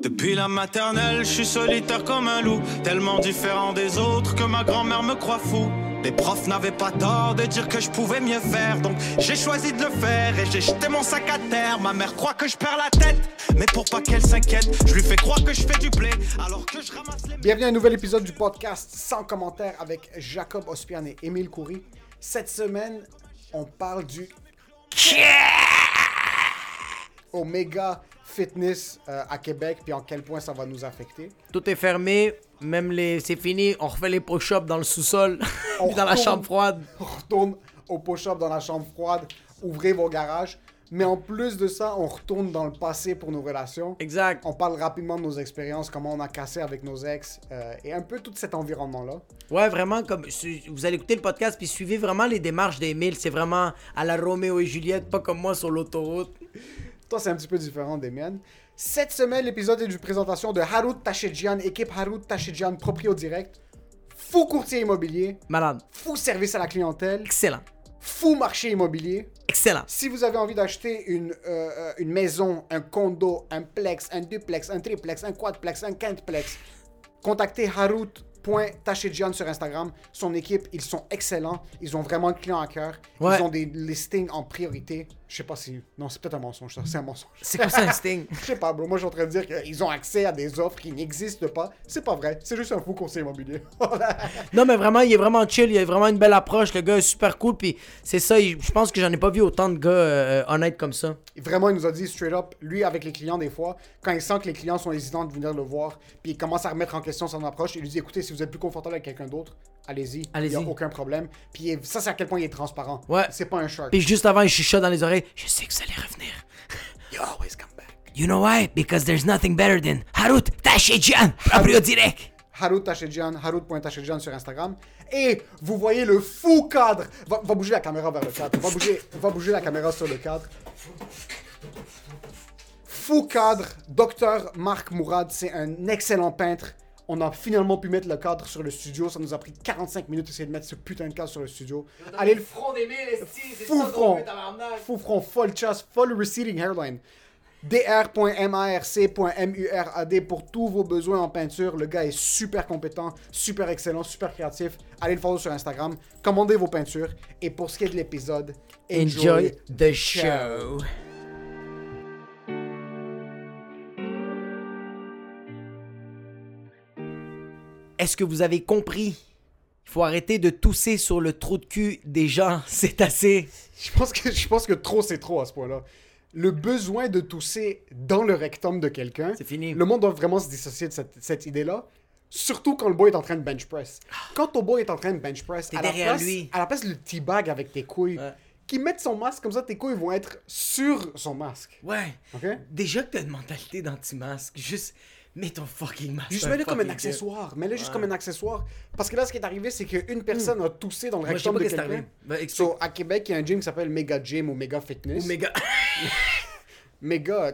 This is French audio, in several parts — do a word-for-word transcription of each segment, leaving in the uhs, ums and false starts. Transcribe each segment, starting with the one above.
Depuis la maternelle, je suis solitaire comme un loup, tellement différent des autres que ma grand-mère me croit fou. Les profs n'avaient pas tort de dire que je pouvais mieux faire, donc j'ai choisi de le faire et j'ai jeté mon sac à terre. Ma mère croit que je perds la tête, mais pour pas qu'elle s'inquiète, je lui fais croire que je fais du blé alors que je ramasse les... Bienvenue à un nouvel épisode du podcast Sans commentaire avec Jacob Ospian et Émile Coury. Cette semaine, on parle du Omega Fitness euh, à Québec, puis en quel point ça va nous affecter. Tout est fermé, même les... c'est fini, on refait les push-ups dans le sous-sol, On dans la retourne- chambre froide. On retourne au push-up dans la chambre froide, ouvrez vos garages. Mais en plus de ça, on retourne dans le passé pour nos relations. Exact. On parle rapidement de nos expériences, comment on a cassé avec nos ex, euh, et un peu tout cet environnement-là. Ouais, vraiment, comme su- vous allez écouter le podcast, puis suivez vraiment les démarches d'Emile. C'est vraiment à la Roméo et Juliette, pas comme moi sur l'autoroute. Toi, c'est un petit peu différent des miennes. Cette semaine, l'épisode est d'une présentation de Harut Tachedjian, équipe Harut Tachedjian, proprio direct. Fou courtier immobilier, Malade. fou service à la clientèle, Excellent. fou marché immobilier. Excellent. Si vous avez envie d'acheter une, euh, euh, une maison, un condo, un plex, un duplex, un triplex, un quadplex, un quintplex, contactez harut point tachedjian sur Instagram. Son équipe, ils sont excellents. Ils ont vraiment le client à cœur. Ouais. Ils ont des listings en priorité. Je sais pas si... Non, c'est peut-être un mensonge, ça. C'est un mensonge. C'est quoi ça, un sting? Je sais pas, bro. Moi, je suis en train de dire qu'ils ont accès à des offres qui n'existent pas. C'est pas vrai. C'est juste un fou conseiller immobilier. Non, mais vraiment, il est vraiment chill, il a vraiment une belle approche. Le gars est super cool, puis c'est ça, il- je pense que j'en ai pas vu autant de gars euh, honnêtes comme ça. Vraiment, il nous a dit straight up, lui, avec les clients, des fois, quand il sent que les clients sont hésitants de venir le voir, puis il commence à remettre en question son approche, il lui dit, écoutez, si vous êtes plus confortable avec quelqu'un d'autre, allez-y. Allez-y. Il n'y a aucun problème. Puis il est- ça, c'est à quel point il est transparent. Ouais. C'est pas un shark. Puis juste avant, il chuchote dans les oreilles. Je sais que vous allez revenir. You always come back. You know why? Because there's nothing better than Harut Tachedjian, proprio direct. Harut Tachedjian, harut point tachedjian sur Instagram. Et vous voyez le fou cadre. Va, va bouger la caméra vers le cadre. Va bouger, va bouger la caméra sur le cadre. Fou cadre, docteur Marc Mourad, c'est un excellent peintre. On a finalement pu mettre le cadre sur le studio. Ça nous a pris quarante-cinq minutes d'essayer de mettre ce putain de cadre sur le studio. Allez, le front d'Emile, c'est fou front, fou front, full chest, full receding hairline. d r point marc point murad pour tous vos besoins en peinture. Le gars est super compétent, super excellent, super créatif. Allez le follow sur Instagram, commandez vos peintures. Et pour ce qui est de l'épisode, enjoy, Enjoy the show. Est-ce que vous avez compris? Il faut arrêter de tousser sur le trou de cul des gens. C'est assez. Je pense que, je pense que trop, c'est trop à ce point-là. Le besoin de tousser dans le rectum de quelqu'un, C'est fini. le monde doit vraiment se dissocier de cette, cette idée-là. Surtout quand le boy est en train de bench press. Quand ton boy est en train de bench press, T'es à la, derrière place, lui. à la place le teabag avec tes couilles, Ouais. qui mettent son masque comme ça, tes couilles vont être sur son masque. Ouais. Ok? Déjà que t'as une mentalité d'anti-masque, juste mets ton fucking masque. Juste un mets-le comme un fucking accessoire. Mets-le juste Ouais. comme un accessoire. Parce que là, ce qui est arrivé, c'est qu'une personne a toussé dans le Moi, je sais rectum pas de qu'est-ce qui est quelqu'un. arrivé. Ben, explique. So, à Québec, il y a un gym qui s'appelle Mega Gym ou Mega Fitness. Ou méga. Méga.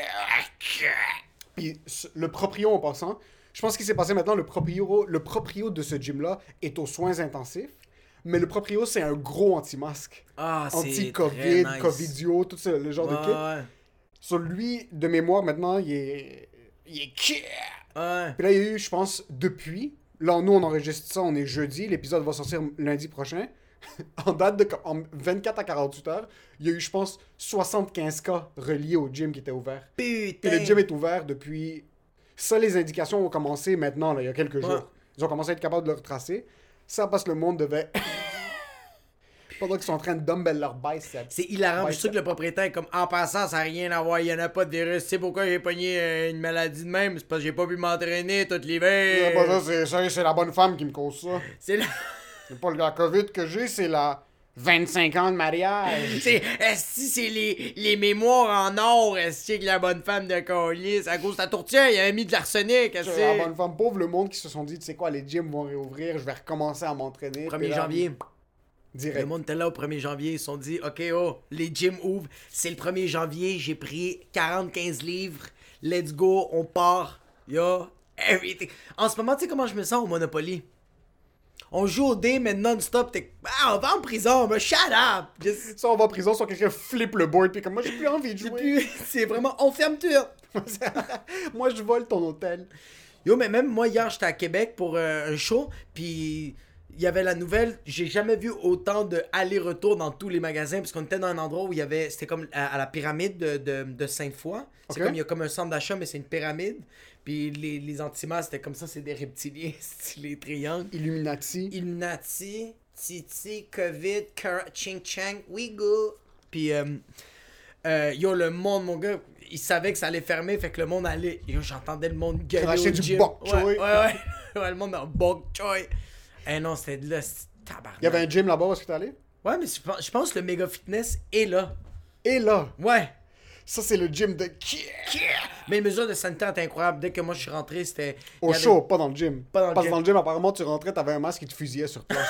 Puis ce- le proprio en passant, je pense qu'il s'est passé maintenant, le proprio, le proprio de ce gym-là est aux soins intensifs. Mais le proprio, c'est un gros anti-masque. Ah, c'est. Anti-Covid, très nice. Covidio, tout ce, le genre de Ouais, kit. ouais. Sur lui, de mémoire, maintenant, il est. Il est. Ouais. Puis là, il y a eu, je pense, depuis. Là, nous, on enregistre ça, on est jeudi. L'épisode va sortir lundi prochain. En date de en vingt-quatre à quarante-huit heures, il y a eu, je pense, soixante-quinze cas reliés au gym qui était ouvert. Puis Putain. le gym est ouvert depuis... Ça, les indications ont commencé maintenant, là, il y a quelques Ouais. jours. Ils ont commencé à être capables de le retracer. Ça, parce que le monde devait... Pendant qu'ils sont en train de dumbbell leur biceps. C'est hilarant, Ouais, je trouve que le propriétaire est comme en passant, ça n'a rien à voir, il n'y en a pas de virus. Tu sais pourquoi j'ai pogné euh, une maladie de même? C'est parce que j'ai pas pu m'entraîner tout C'est l'hiver. pas ça, c'est ça, c'est la bonne femme qui me cause ça. C'est là. C'est pas la COVID que j'ai, c'est la vingt-cinq ans de mariage. C'est. Esti, c'est les, les mémoires en or, esti, avec la bonne femme de collier. C'est à cause de la tourtière, il avait mis de l'arsenic, esti. C'est la bonne femme pauvre, le monde qui se sont dit, tu sais quoi, les gyms vont réouvrir, je vais recommencer à m'entraîner. premier Puis là, janvier. Direct. Le monde était là au premier janvier, ils se sont dit, OK, oh, les gyms ouvrent, c'est le premier janvier, j'ai pris quarante quinze livres, let's go, on part, yo, everything. En ce moment, tu sais comment je me sens au Monopoly? On joue au dé, mais non-stop, t'es. Ah, on va en prison, mais shut up! Just... Soit on va en prison, soit quelqu'un flippe le board, puis comme moi, j'ai plus envie de jouer. Plus... C'est vraiment. On ferme tout! Moi, je vole ton hôtel. Yo, mais même moi, hier, j'étais à Québec pour euh, un show, puis il y avait la nouvelle. J'ai jamais vu autant de aller-retour dans tous les magasins, parce qu'on était dans un endroit où il y avait. C'était comme à, à la pyramide de, de, de Sainte-Foy. C'est Okay. comme il y a comme un centre d'achat, mais c'est une pyramide. Puis les, les antimals, c'était comme ça, c'est des reptiliens, les triangles. Illuminati. Illuminati, Titi, COVID, Kara, Ching Chang, we go. Puis, euh, euh, yo, le monde, mon gars, il savait que ça allait fermer, fait que le monde allait. Yo, j'entendais le monde gueuler. Cracher au du gym. bok Ouais, choy. ouais, ouais. Ouais, le monde en bok choy. Eh non, c'était de là, c'était tabarnak. Il y avait un gym là-bas où est-ce que t'es allé? Ouais, mais je pense, je pense que le méga fitness est là. Et là, Ouais. ça, c'est le gym de... Mais les mesures de sanitaire étaient incroyables. Dès que moi je suis rentré, c'était. il Au y avait- show, pas dans le gym. Pas dans le Parce que gym. dans le gym, apparemment, tu rentrais, t'avais un masque qui te fusillait sur place.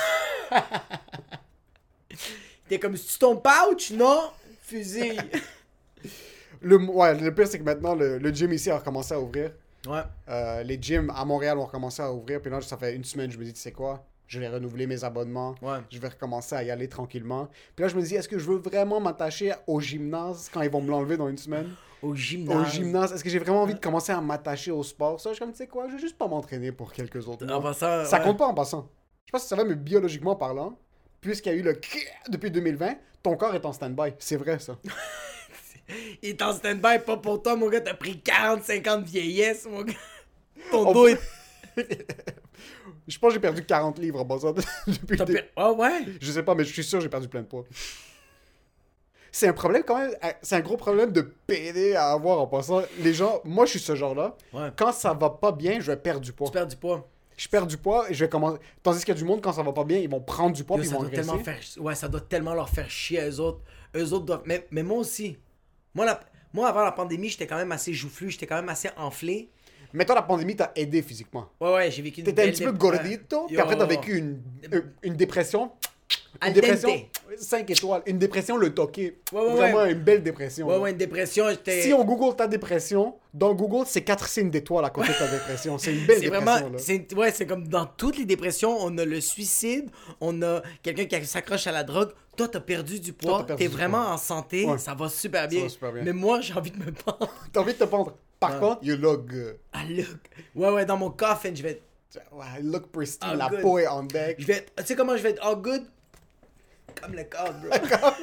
T'es comme, si tu tombes pouch, non? Fusil. le, ouais, le pire, c'est que maintenant, le, le gym ici a recommencé à ouvrir. Ouais. Euh, les gyms à Montréal ont recommencé à ouvrir. Puis là, ça fait une semaine, je me dis, tu sais quoi? Je vais renouveler mes abonnements. Ouais. Je vais recommencer à y aller tranquillement. Puis là, je me dis, est-ce que je veux vraiment m'attacher au gymnase quand ils vont me l'enlever dans une semaine? Au gymnase. Au gymnase. Est-ce que j'ai vraiment envie de commencer à m'attacher au sport? Ça, je suis comme, tu sais quoi? Je vais juste pas m'entraîner pour quelques autres mois. En passant, Ça ouais. compte pas en passant. Je sais pas si ça va, mais biologiquement parlant, puisqu'il y a eu le depuis deux mille vingt, ton corps est en stand-by. C'est vrai, ça. Il est en stand-by, pas pour toi, mon gars. T'as pris quarante cinquante vieillesse, mon gars. Ton On dos est. Je pense que j'ai perdu quarante livres en passant depuis T'as le dé- per- Ah ouais? Je sais pas, mais je suis sûr que j'ai perdu plein de poids. C'est un problème quand même. C'est un gros problème de P D à avoir en passant. Les gens, moi je suis ce genre-là. Ouais. Quand ça va pas bien, je vais perdre du poids. Tu perds du poids. Je perds du poids et je vais commencer. Tandis qu'il y a du monde, quand ça va pas bien, ils vont prendre du poids Yo, puis ils ça vont doit tellement engraisser. faire... Ouais, ça doit tellement leur faire chier à eux autres. Eux autres doivent... Mais, mais moi aussi. Moi, la... moi, avant la pandémie, j'étais quand même assez joufflu. J'étais quand même assez enflé. Mais toi, la pandémie t'a aidé physiquement. Ouais, ouais, j'ai vécu une T'étais un belle petit peu dé- gordito, Ouais. puis après Yo. t'as vécu une, une, une dépression. Une Al dépression dente. cinq étoiles. Une dépression le toqué. Ouais, ouais, Vraiment ouais. une belle dépression. Ouais, là. ouais, une dépression, j'étais... Si on google ta dépression, dans Google, c'est quatre signes d'étoiles à côté de ta dépression. C'est une belle C'est dépression. vraiment, là. c'est, ouais, c'est comme dans toutes les dépressions, on a le suicide, on a quelqu'un qui s'accroche à la drogue. Toi, t'as perdu du Toi, poids, t'as perdu t'es du vraiment poids. en santé, Ouais. ça va super bien. va super bien. Mais moi, j'ai envie de me pendre. T'as envie de te pendre. Par Ouais. contre, you look good. Ah, look. Ouais, ouais, dans mon coffin, je vais être, Ouais, you look pristine. Ah, la good. peau est en deck. je vais être, tu sais comment je vais être all good? Comme le cadre, bro.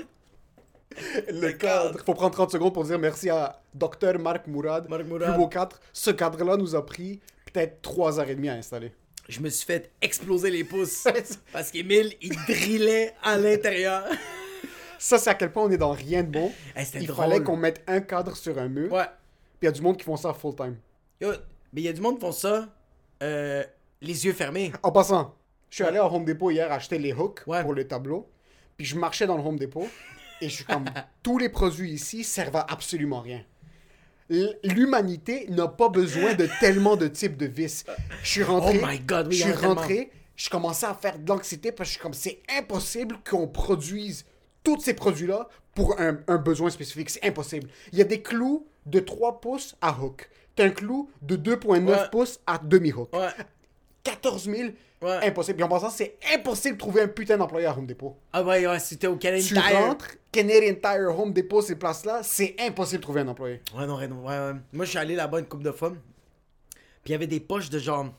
Le cadre. Faut prendre trente secondes pour dire merci à Docteur Marc Mourad. Marc Mourad. Plus beau cadre. Ce cadre-là nous a pris peut-être trois heures et demie à installer. Je me suis fait exploser les pouces. Parce qu'Emile, il drillait à l'intérieur. Ça, c'est à quel point on est dans rien de bon. Hey, c'était Il drôle. fallait qu'on mette un cadre sur un mur. Ouais. Puis il y a du monde qui font ça full time. Yo, mais il y a du monde qui font ça, euh, les yeux fermés. En passant, je suis allé au Home Depot hier acheter les hooks Ouais. pour le tableau. Puis je marchais dans le Home Depot. Et je suis comme, tous les produits ici servent à absolument rien. L- L'humanité n'a pas besoin de tellement de types de vis. Je suis rentré. Oh my God, oui, je il y suis en a tellement. rentré. Je commençais à faire de l'anxiété parce que je suis comme, c'est impossible qu'on produise tous ces produits-là pour un, un besoin spécifique. C'est impossible. Il y a des clous de trois pouces à hook. T'as un clou de deux virgule neuf Ouais. pouces à demi-hook. Ouais. quatorze mille, Ouais. impossible. Puis en passant, c'est impossible de trouver un putain d'employé à Home Depot. Ah ouais, ouais, c'était au Canadian Tu Tire. rentres, Canadian Tire, Home Depot, ces places-là, c'est impossible de trouver un employé. Ouais, non, ouais, non, ouais, ouais. Moi, je suis allé là-bas une couple de fois. Puis il y avait des poches de genre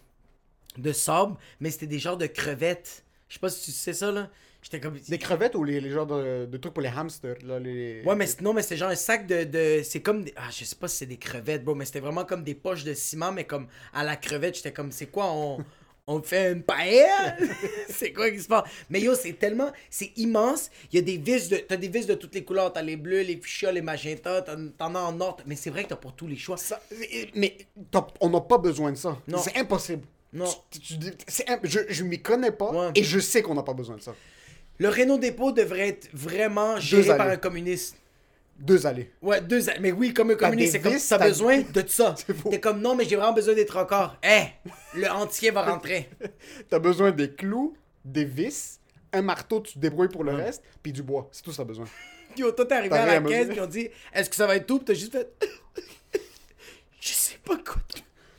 de sable, mais c'était des genres de crevettes. Je sais pas si tu sais ça, là. J'étais comme... Des crevettes ou les, les genres de, de trucs pour les hamsters, là, les... Ouais, mais c'est- non, mais c'était genre un sac de, de... C'est comme des... Ah, je sais pas si c'est des crevettes, bro, mais c'était vraiment comme des poches de ciment, mais comme à la crevette, j'étais comme, c'est quoi, on... On fait une paella? C'est quoi qui se passe? Mais yo, c'est tellement... C'est immense. Il y a des vis de... T'as des vis de toutes les couleurs. T'as les bleus, les fuchsias, les magentas. T'en, t'en as en or. Mais c'est vrai que t'as pour tous les choix. Ça- mais t'as- on n'a pas besoin de ça. Non. C'est impossible. Non. Tu- tu- tu- c'est imp- je je m'y connais pas Ouais. et je sais qu'on n'a pas besoin de ça. Le Renault Dépôt devrait être vraiment géré par allées. un communiste. Deux allées. Ouais, deux a- Mais oui, comme un communiste, des c'est comme vis, t'as t'as- besoin de ça. C'est faux. T'es comme non, mais j'ai vraiment besoin d'être encore. Eh, le entier va rentrer. T'as besoin des clous, des vis, un marteau, tu te débrouilles pour le reste, puis du bois. C'est tout ça besoin. Yo, toi, t'es arrivé T'as à la rien caisse, besoin. puis on dit est-ce que ça va être tout? Puis t'as juste fait. Je sais pas quoi.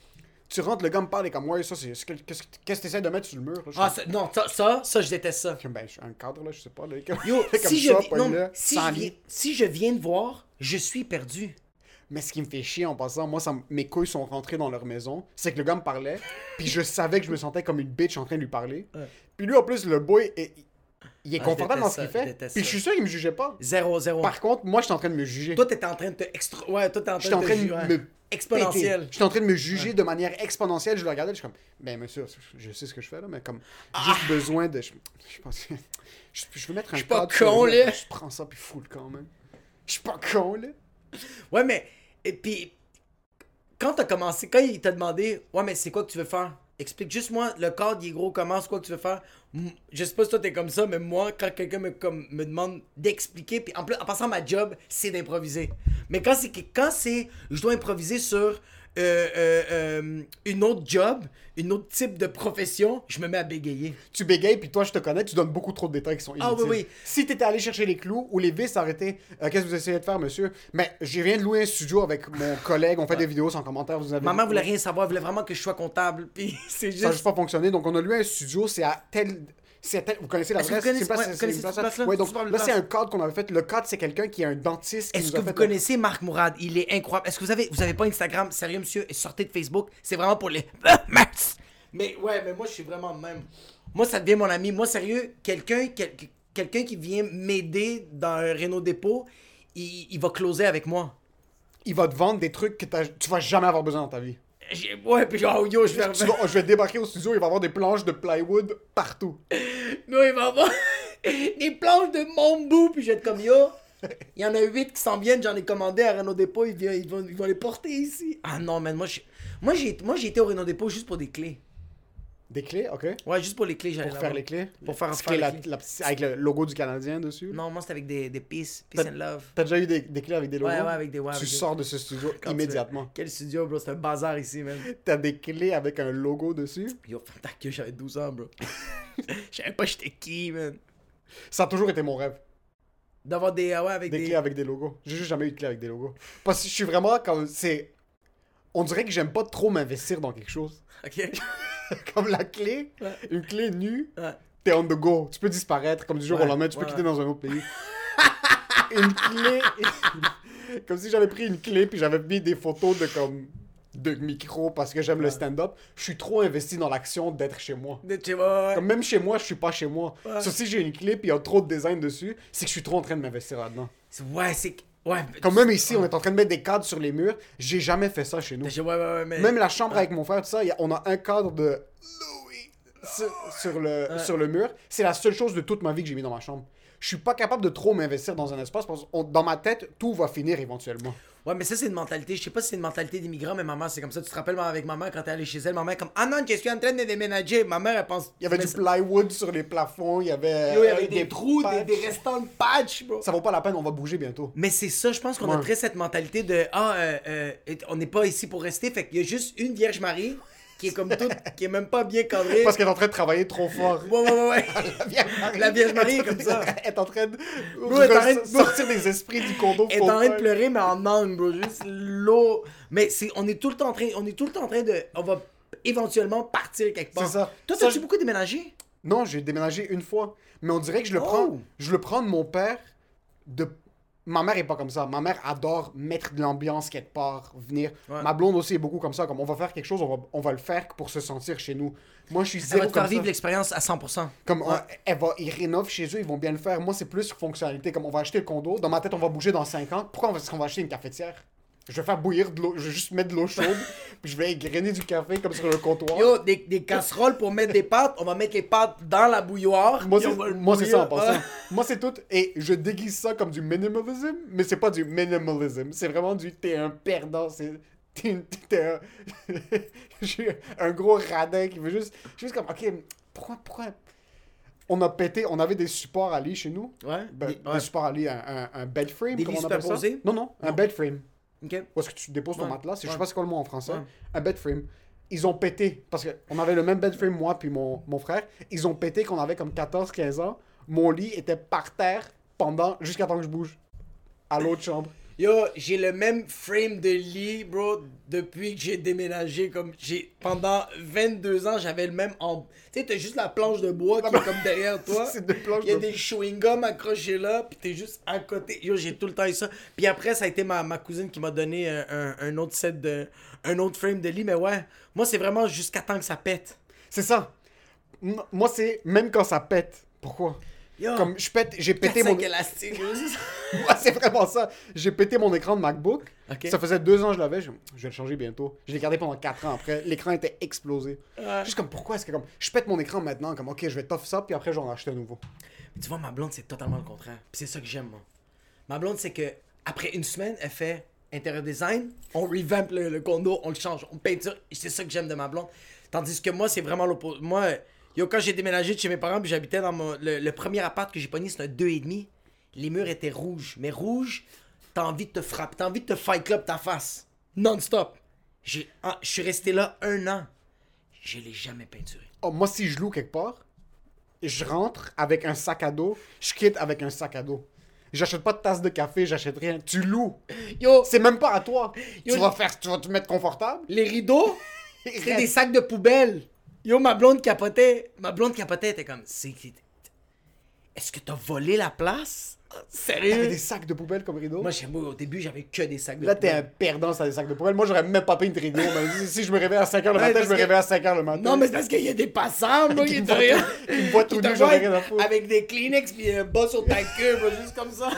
Tu rentres, le gars me parle et comme, ouais, ça, c'est. c'est- Qu'est-ce qu'est-ce que t'essaies de mettre sur le mur? Là? Je Ah, suis ça- non, ça, ça, ça, je déteste ça. comme, ben, je suis un cadre, là, je sais pas. Là, comme, Yo, comme si, je, ça, vi- pas non, là, si, sans je viens, lit. si je viens de voir, je suis perdu. Mais ce qui me fait chier en passant, moi, ça, m- mes couilles sont rentrées dans leur maison. C'est que le gars me parlait, puis je savais que je me sentais comme une bitch en train de lui parler. Ouais. Puis lui, en plus, le boy, est- il est Ah, je confortable dans ce déteste qu'il ça, je fait. déteste Puis je ça. suis sûr qu'il me jugeait pas. Zéro, zéro. Par contre, moi, j'étais en train de me juger. Toi, t'étais en train de te extra... Ouais, toi, t'es en train J'étais en de train te de ju- ouais. me Exponentiel. J'étais en train de me juger de manière exponentielle. Je le regardais, je suis comme, ben monsieur, je sais ce que je fais là, mais comme, j'ai juste besoin de. Je, je pense que. Je, je veux mettre un Je suis pas cadre sur le con, mur, là. Je prends ça puis fous le camp, man. Je suis pas con, là. Ouais, mais... Et puis... Quand t'as commencé... Quand il t'a demandé... Ouais, mais c'est quoi que tu veux faire? Explique juste moi, le cadre, il est gros, comment, c'est quoi que tu veux faire? M- Je sais pas si toi t'es comme ça, mais moi, quand quelqu'un me, comme, me demande d'expliquer, puis en plus, en passant, ma job, c'est d'improviser. Mais quand c'est... que- Quand c'est... Je dois improviser sur... Euh, euh, euh, une autre job, une autre type de profession, je me mets à bégayer. Tu bégayes, puis toi, je te connais, tu donnes beaucoup trop de détails qui sont inutiles. Ah oui, oui. Si t'étais allé chercher les clous ou les vis arrêtées, euh, qu'est-ce que vous essayez de faire, monsieur? Mais je viens de louer un studio avec mon collègue, on fait des vidéos sans commentaire, vous avez... Maman voulait rien savoir, elle voulait vraiment que je sois comptable, puis c'est Ça n'a juste juste... pas fonctionné, donc on a loué un studio, c'est à tel... C'est à tel... Vous connaissez Est-ce que l'adresse? vous connaissez- C'est une place- ouais, c'est vous une connaissez place- cette place-là? Ouais, donc Super belle là, c'est place. un cadre qu'on avait fait. Le cadre, c'est quelqu'un qui est un dentiste qui Est-ce nous que a vous fait... connaissez Marc Mourad? Il est incroyable. Est-ce que vous avez, vous avez pas Instagram? Sérieux, monsieur? Sortez de Facebook. C'est vraiment pour les... Mais ouais, mais moi, je suis vraiment de même. Moi, ça devient mon ami. Moi, sérieux, quelqu'un quel- quelqu'un qui vient m'aider dans un Renault Dépôt, il, il va closer avec moi. Il va te vendre des trucs que t'as- tu vas jamais avoir besoin dans ta vie. J'ai- Ouais, puis genre, yo, je vais... Tu vas- je vais débarquer au studio, il va y avoir des planches de plywood partout. Non, il va avoir des planches de mon bout, puis je vais être comme, yo... Il y en a huit qui s'en viennent, j'en ai commandé à Renault Dépôt, ils, viennent- ils, vont, ils vont les porter ici. Ah non, man, moi, je- moi, j'ai moi, j'ai été au Renault Dépôt juste pour des clés. Des clés, ok? Ouais, juste pour les clés, j'allais Pour là-bas. faire les clés. Pour faire- Petite faire clé, les la- clés. la petite- avec le logo du Canadien dessus. Non, moi, c'était avec des, des peace, peace T'as- and love. T'as déjà eu des, des clés avec des logos? Ouais, ouais, avec des... Ouais, Tu avec des- sors de ce studio Quand tu- immédiatement. Quel studio, bro, c'est un bazar ici, man. T'as des clés avec un logo dessus. Yo, ferme ta gueule, j'avais douze ans, bro. Je savais pas j'étais qui, man. Ça a toujours été mon rêve. D'avoir des... ah ouais, avec Des, des... clés avec des logos. J'ai juste jamais eu de clés avec des logos. Parce que je suis vraiment comme... c'est... On dirait que j'aime pas trop m'investir dans quelque chose. Ok. Comme la clé, Ouais. une clé nue, Ouais. t'es on the go. Tu peux disparaître comme du jour Ouais, au lendemain, tu peux ouais, quitter ouais. dans un autre pays. Une clé... comme si j'avais pris une clé puis j'avais mis des photos de comme... de micro parce que j'aime le Ouais. stand-up. Je suis trop investi dans l'action d'être chez moi. De- tu vois, ouais. Comme même chez moi, je suis pas chez moi. Ouais. Sauf si j'ai une clé puis il y a trop de design dessus, c'est que je suis trop en train de m'investir là-dedans. Ouais, c'est... que- Ouais. Comme même ici, on est en train de mettre des cadres sur les murs. J'ai jamais fait ça chez nous. Ouais, ouais, ouais, mais... Même la chambre avec mon frère, tout ça, y a- on a un cadre de Louis sur, sur le, Ouais. sur le mur. C'est la seule chose de toute ma vie que j'ai mis dans ma chambre. Je suis pas capable de trop m'investir dans un espace parce que dans ma tête, tout va finir éventuellement. Ouais, mais ça, c'est une mentalité. Je sais pas si c'est une mentalité d'immigrant, mais maman, c'est comme ça. Tu te rappelles, maman, avec maman, quand t'es allé chez elle, maman est comme, ah non, je suis en train de déménager. Ma mère, elle pense. Il y avait mais du ça- plywood sur les plafonds, il y avait, Yo, il y avait euh, des, trous, des, patchs. des restants de patch, bro. Ça vaut pas la peine, on va bouger bientôt. Mais c'est ça, je pense qu'on a Ouais. très cette mentalité de, ah, euh, euh, on n'est pas ici pour rester. Fait qu'il y a juste une Vierge Marie qui est comme toute, qui est même pas bien cadrée. Parce qu'elle est en train de travailler trop fort. Ouais, ouais, ouais, ouais. La Vierge Marie, La Vierge Marie est comme ça. Elle est en train de, Bro, elle est en train de- sortir des esprits du condo. Elle est en train de pleurer, mais en angle, bro. Juste l'eau. Mais c'est, on est tout le temps en train, on est tout le temps en train de, on va éventuellement partir quelque part. C'est ça. Toi, Ça, t'as-tu je- beaucoup déménagé? Non, j'ai déménagé une fois. Mais on dirait que je le Oh! prends. Je le prends de mon père. De... Ma mère est pas comme ça. Ma mère adore mettre de l'ambiance quelque part, venir. Ouais. Ma blonde aussi est beaucoup comme ça. Comme on va faire quelque chose, on va, on va le faire pour se sentir chez nous. Moi, je suis Ça va zéro te faire comme vivre ça. l'expérience à cent pour cent. Comme Ouais. on- elle va, ils rénovent chez eux, ils vont bien le faire. Moi, c'est plus sur fonctionnalité. Comme on va acheter le condo. Dans ma tête, on va bouger dans cinq ans. Pourquoi est-ce qu'on va acheter une cafetière? Je vais faire bouillir de l'eau. Je vais juste mettre de l'eau chaude. Puis je vais égrener du café comme sur le comptoir. Yo, des, des casseroles pour mettre des pâtes. On va mettre les pâtes dans la bouilloire. Moi, puis c'est, on va le moi, c'est ça en bouillir. passant. Ouais. Moi, c'est tout. Et je déguise ça comme du minimalism, mais c'est pas du minimalism. C'est vraiment du t'es un perdant. C'est, t'es, t'es un, j'ai un gros radin qui veut juste. Juste comme, ok, pourquoi, pourquoi. On a pété, on avait des supports à lit chez nous. Ouais. Ben, Des- des ouais. supports à lit, un, un, un bed frame, Des comme lits on appelle ça. superposés? Non, non, un Non. bed frame. Ok. Où est-ce que tu déposes ton Ouais. matelas? C'est- Je Ouais. sais pas c'est quoi le mot en français. Ouais. Un bed frame. Ils ont pété, parce qu'on avait le même bed frame, moi puis mon, mon frère. Ils ont pété qu'on avait comme quatorze quinze ans. Mon lit était par terre pendant, jusqu'à temps que je bouge. À l'autre chambre. Yo, j'ai le même frame de lit, bro, depuis que j'ai déménagé. Comme j'ai pendant vingt-deux ans, j'avais le même en... Tu sais, t'as juste la planche de bois qui est comme derrière toi. C'est des planches Il y a de- des chewing-gums accrochés là, puis t'es juste à côté. Yo, j'ai tout le temps eu ça. Puis après, ça a été ma, ma cousine qui m'a donné un, un, un autre set de... Un autre frame de lit, mais ouais. Moi, c'est vraiment jusqu'à temps que ça pète. C'est ça. M- Moi, c'est même quand ça pète. Pourquoi? Yo, Comme je pète, j'ai pété mon... quatre-cinq élastiques. Ouais, c'est vraiment ça. J'ai pété mon écran de MacBook. Ok. Ça faisait deux ans que je l'avais. Je... je vais le changer bientôt. Je l'ai gardé pendant quatre ans après. L'écran était explosé. Ouais. Juste comme, pourquoi est-ce que comme... Je pète mon écran maintenant, comme, ok, je vais tough ça, puis après, j'en achète un nouveau. Tu vois, ma blonde, c'est totalement le contraire. Puis c'est ça que j'aime, moi. Ma blonde, c'est que après une semaine, elle fait intérieur design, on revamp le, le condo, on le change, on peinture. Et c'est ça que j'aime de ma blonde. Tandis que moi, c'est vraiment l'opposé. Moi, yo, quand j'ai déménagé de chez mes parents, puis j'habitais dans mon, le, le premier appart que j'ai pogné, c'était un deux et demi. Les murs étaient rouges. Mais rouges, t'as envie de te frapper, t'as envie de te fight club ta face. Non-stop. J'ai, ah, je suis resté là un an. Je l'ai jamais peinturé. Oh, moi, si je loue quelque part, je rentre avec un sac à dos, je quitte avec un sac à dos. J'achète pas de tasse de café, j'achète rien. Tu loues. Yo, C'est même pas à toi. Yo, tu vas faire, tu vas te mettre confortable. les rideaux, c'était des sacs de poubelle. Yo, ma blonde capotait. Ma blonde capotait, elle était comme, c'est... Est-ce que t'as volé la place? T'avais Sérieux? des sacs de poubelle comme rideau. Moi, chez moi, au début, j'avais que des sacs de Là, t'es un poubelle. perdant, ça des sacs de poubelle. Moi, j'aurais même pas payé une rideau. Mais si je me réveille à cinq heures le Ouais, matin, parce je me que- réveille à cinq heures le matin. Non, mais c'est parce qu'il y a des passants, bro, Qui qui me te voient regardent. tout- qui me voient tout Ils te nu, j'en ai voient rien à foutre. avec des Kleenex pis un bas sur ta queue, bro, juste comme ça.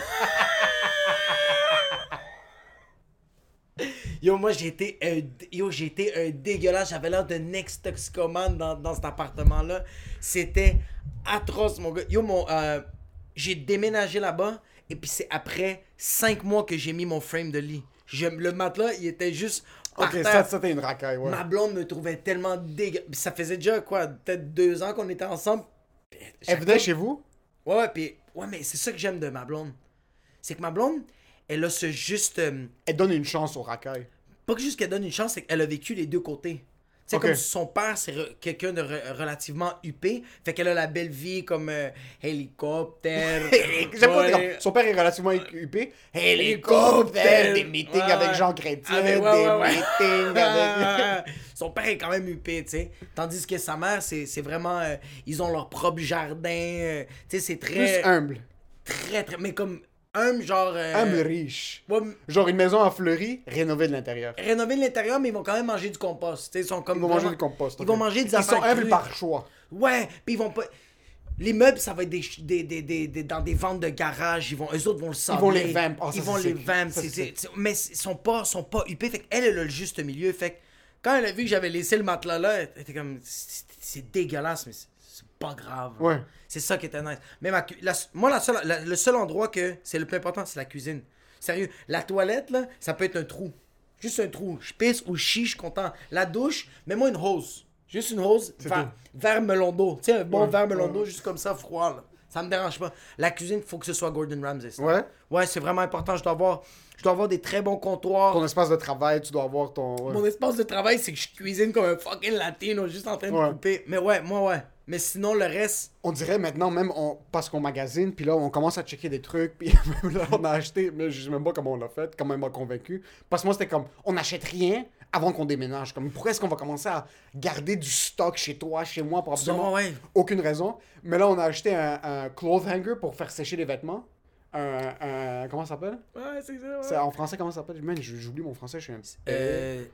Yo, moi, j'ai été un, yo, j'ai été un dégueulasse. J'avais l'air de next toxicomane dans, dans cet appartement-là. C'était atroce, mon gars. Yo, mon, euh, j'ai déménagé là-bas. Et puis c'est après cinq mois que j'ai mis mon frame de lit. Je, le matelas, il était juste par Ok, terre. ça, ça t'es une racaille, ouais. Ma blonde me trouvait tellement dégueu. Puis ça faisait déjà, quoi, peut-être deux ans qu'on était ensemble. Puis Elle chaque venait fois- chez vous? Ouais, ouais, puis... Ouais, mais c'est ça que j'aime de ma blonde. C'est que ma blonde, elle a ce juste... euh, Elle donne une chance aux racailles. pas que juste qu'elle donne une chance, c'est qu'elle a vécu les deux côtés. Tu sais, Ok. comme son père, c'est re- quelqu'un de re- relativement huppé. Fait qu'elle a la belle vie comme euh, hélicoptère. J'aime pas ouais. comme- son père est relativement occupé. Hélicoptère, des meetings Ouais. avec Jean Chrétien, Avec- des ouais, ouais, ouais. meetings avec... Son père est quand même huppé, tu sais. Tandis que sa mère, c'est c'est vraiment... euh, ils ont leur propre jardin. euh, tu sais, c'est Plus très... humble. Très, très... Mais comme humble, genre... euh, Humble riche. ouais, m- Genre une maison en fleurie, rénovée de l'intérieur. rénover de l'intérieur, mais ils vont quand même manger du compost. Tu sais, ils sont comme Ils vont manger vraiment- du compost. Ils ok. vont manger des Ils affaires sont humbles crues. par choix. Ouais, puis ils vont pas... Les meubles, ça va être des, ch- des, des, des, des- dans des ventes de garage. Ils vont, eux autres vont le sabler. vont les vamp. Ah, ça, ils vont c'est les sick. vamp. Ça, c'est- c'est c'est- c'est- mais ils sont pas, sont pas huppés. Fait qu'elle, elle a le juste milieu. Fait que quand elle a vu que j'avais laissé le matelas là, elle était comme... C'est c'est dégueulasse, mais c'est c'est pas grave. Ouais. C'est ça qui était nice. Mais ma, cu- la- moi, la seule, la- le seul endroit que c'est le plus important, c'est la cuisine. Sérieux, la toilette, là, ça peut être un trou. Juste un trou. Je pisse ou je chie, je suis content. La douche, mets-moi une hose. Juste une hose vers, vers melon d'eau. Tu sais, un bon Ouais, verre melon ouais. d'eau, juste comme ça, froid, là. Ça me dérange pas. La cuisine, il faut que ce soit Gordon Ramsay. ça. Ouais. Ouais, c'est vraiment important. Je dois avoir, je dois avoir des très bons comptoirs. Ton espace de travail, tu dois avoir ton... ouais. Mon espace de travail, c'est que je cuisine comme un fucking latino, juste en train de Ouais. couper. Mais ouais, moi, ouais. Mais sinon, le reste... On dirait maintenant, même on, parce qu'on magasine, puis là, on commence à checker des trucs, puis même là, on a acheté, mais je sais même pas comment on l'a fait, comment elle m'a convaincu. Parce que moi, c'était comme, on n'achète rien avant qu'on déménage. Comme, pourquoi est-ce qu'on va commencer à garder du stock chez toi, chez moi, pour absolument Ouais, ouais. aucune raison? Mais là, on a acheté un, un cloth hanger pour faire sécher les vêtements. Un, un- comment ça s'appelle? Ouais, c'est ça, ouais. C'est- En français, comment ça s'appelle? Man, j- j'oublie mon français, je suis un petit... Euh...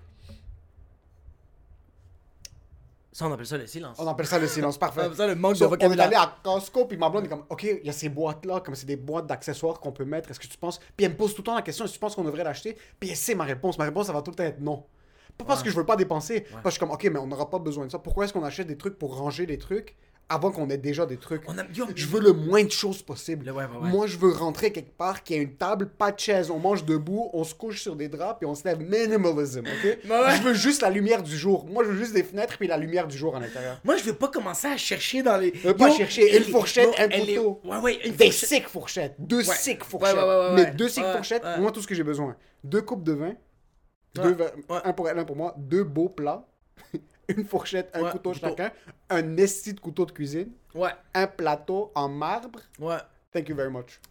Ça, on appelle ça le silence. On appelle ça le silence, On parfait. appelle ça le manque So, de on est vocabulaire. allé à Costco, puis ma blonde est comme, OK, il y a ces boîtes-là, comme c'est des boîtes d'accessoires qu'on peut mettre, est-ce que tu penses... Puis elle me pose tout le temps la question, est-ce que tu penses qu'on devrait l'acheter? Puis elle sait ma réponse. Ma réponse, ça va tout le temps être non. Pas parce que je veux pas dépenser, parce que je suis comme, OK, mais on n'aura pas besoin de ça. Pourquoi est-ce qu'on achète des trucs pour ranger des trucs avant qu'on ait déjà des trucs? On a... Yo, Je veux le moins de choses possible. Le- ouais, ouais, ouais. Moi, je veux rentrer quelque part, qu'il y ait une table, pas de chaise, on mange debout, on se couche sur des draps, puis on se lève. Minimalism, OK? ouais. Je veux juste la lumière du jour. Moi, je veux juste des fenêtres, puis la lumière du jour à l'intérieur. Moi, je veux pas commencer à chercher dans les... Je veux pas Yo, chercher une elle- fourchette, non, un elle est- couteau. Ouais, ouais, une Des fourchette. sick fourchettes. Deux Ouais. sick fourchettes. Ouais, ouais, ouais, ouais, Mais ouais. deux sick Ouais, fourchettes, ouais. moi, tout ce que j'ai besoin. Deux coupes de vin. Ouais, Deux verres- ouais. Un pour elle, un pour moi. Deux beaux plats. Une fourchette, un Ouais, couteau couteau. chacun. Un esti de couteau de cuisine. Ouais, Un plateau en marbre. ouais. Thank you very much.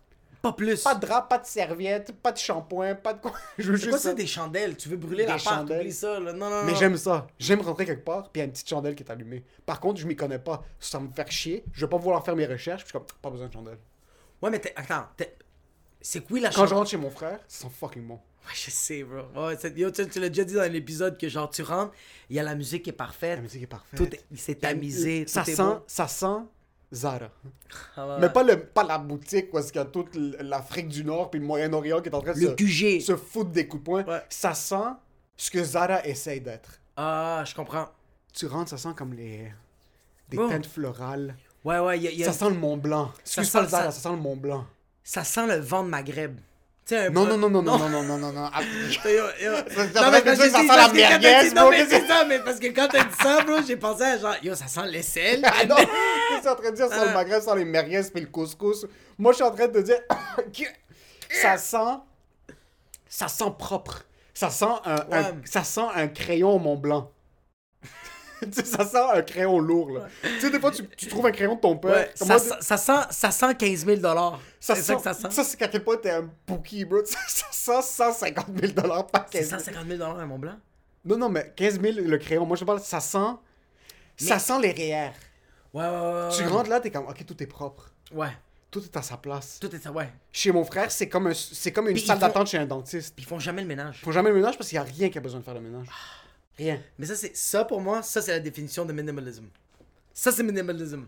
Pas plus. Pas de drap, pas de serviette, pas de shampoing, pas de quoi. Je veux C'est juste quoi ça. ça, des chandelles? Tu veux brûler Des la part, chandelles. oublie ça, là. Non, non, non. Mais j'aime ça. J'aime rentrer quelque part, puis il y a une petite chandelle qui est allumée. Par contre, je m'y connais pas. Ça me fait chier. Je vais pas vouloir faire mes recherches, puis je suis comme, pas besoin de chandelle. Ouais, mais t'es... Attends, t'es... c'est quoi la Quand chandelle? je rentre chez mon frère, ça sent fucking bon. Ouais, je sais, bro. Ouais, c'est- Yo, tu, tu l'as déjà dit dans l'épisode que genre, tu rentres, il y a la musique qui est parfaite. La musique est parfaite. Tout est... C'est tamisé, Ça tout est sent, beau. ça sent Zara. Ah, ouais, Mais ouais. pas, le, pas la boutique où est-ce qu'il y a toute l'Afrique du Nord puis le Moyen-Orient qui est en train de Le se, Q G. se foutre des coups de poing. Ouais. Ça sent ce que Zara essaye d'être. Ah, je comprends. Tu rentres, ça sent comme les... des Oh. teintes florales. Ouais, ouais, il y a... il y a- Ça sent le Mont Blanc. Ça Excuse pas sent- le Zara, ça- ça... sent le Mont Blanc. Ça sent le vent de Maghreb. Tu sais, un Non, peu- non, non, non, non, non, non, non, non, non. Ah, Yo, yo. t'as Non, pas mais dit parce que que ça c'est- sent parce la que quand t'as merguez, dit- Non, bro, mais qu'est-ce c'est ça, mais parce que quand t'as dit ça, bro, j'ai pensé à genre, yo, ça sent l'aisselle. Ah non, qu'est-ce que tu es en train de dire sur le Ah. Maghreb, sur les merguez puis le couscous? Moi, je suis en train de te dire que ça sent... Ça sent propre. Ça sent un, un- Ouais. ça sent un crayon au Mont Blanc. Tu sais, ça sent un crayon lourd, là. Tu sais, des fois, tu, tu trouves un crayon de ton père. Ouais, comme ça, moi, sent- ça sent, ça sent quinze mille dollars. ça C'est sent, ça que ça sent. ça, c'est à quel point t'es un bookie, bro. Ça, ça sent cent cinquante mille dollars par C'est quinze cent mille. cinquante mille dollars à Mont Blanc? Non, non, mais quinze mille le crayon. Moi, je parle, ça sent... Ça Mais- sent les réères. Ouais, ouais, ouais. Tu ouais. rentres là, t'es comme, OK, tout est propre. Ouais. Tout est à sa place. Tout est ça, ouais. Chez mon frère, c'est comme, un, c'est comme une Puis salle ils font- d'attente chez un dentiste. Puis ils font jamais le ménage. Faut jamais le ménage parce qu'il n'y a rien qui a besoin de faire le ménage. Rien. Mais ça, c'est ça pour moi, ça, c'est la définition de minimalism. Ça, c'est minimalism.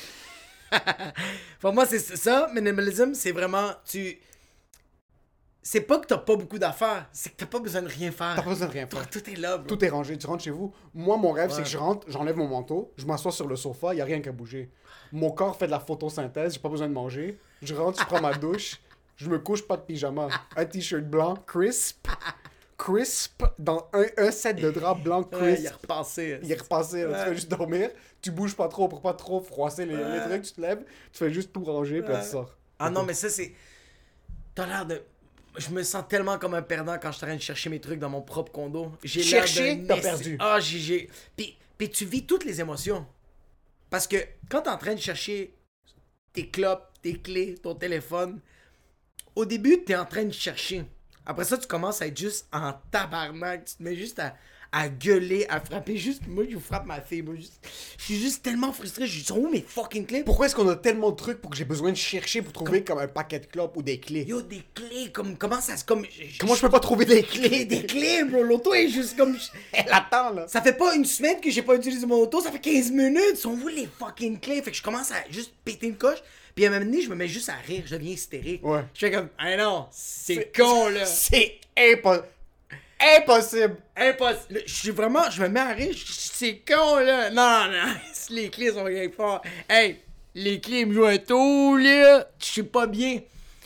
Pour moi, c'est ça, minimalism, c'est vraiment, tu... C'est pas que t'as pas beaucoup d'affaires, c'est que t'as pas besoin de rien faire. T'as pas besoin de rien Tout, faire. tout est là, bro. Tout est rangé. Tu rentres chez vous. Moi, mon rêve, c'est Ouais. que je rentre, j'enlève mon manteau, je m'assois sur le sofa, il n'y a rien qu'à bouger. Mon corps fait de la photosynthèse, j'ai pas besoin de manger. Je rentre, je prends ma douche, je me couche, pas de pyjama. Un t-shirt blanc, crisp. Crisp, dans un, un set de draps blanc Ouais, crisp. il est repassé. Il est repassé, là. Ouais. Tu fais juste dormir, tu bouges pas trop pour pas trop froisser les, Ouais. les trucs, tu te lèves, tu fais juste tout ranger, puis là, Ouais. tu sors. Ah non, mais ça, c'est... T'as l'air de... Je me sens tellement comme un perdant quand je suis en train de chercher mes trucs dans mon propre condo. J'ai l'air Chercher, d'un t'as esti- perdu. Ah, j'ai... j'ai- Puis, puis tu vis toutes les émotions. Parce que quand t'es en train de chercher tes clopes, tes clés, ton téléphone, au début, t'es en train de chercher. Après ça, tu commences à être juste en tabarnak. Tu te mets juste à, à gueuler, à frapper. Juste, moi, je frappe ma fille. Moi, juste... Je suis juste tellement frustré. Je dis, sont où mes fucking clés? Pourquoi est-ce qu'on a tellement de trucs pour que j'ai besoin de chercher pour trouver comme, un paquet de clopes ou des clés? Yo, des clés, comme, comment ça se... Comme, Comment je peux pas trouver des clés, clés? des clés, bro. L'auto est juste comme... Elle attend, là. Ça fait pas une semaine que j'ai pas utilisé mon auto, ça fait quinze minutes. Sont où les fucking clés? Fait que je commence à juste péter une coche. Puis à un moment donné, je me mets juste à rire. Je deviens hystérique. Ouais. Je fais comme, ah non, c'est con, là. C'est impo- impossible. Impossible. Je suis vraiment, je me mets à rire. Je- C'est con, là. Non, non, les clés sont rien fort. Hey, les clés me jouent un tour, là. Je suis pas bien.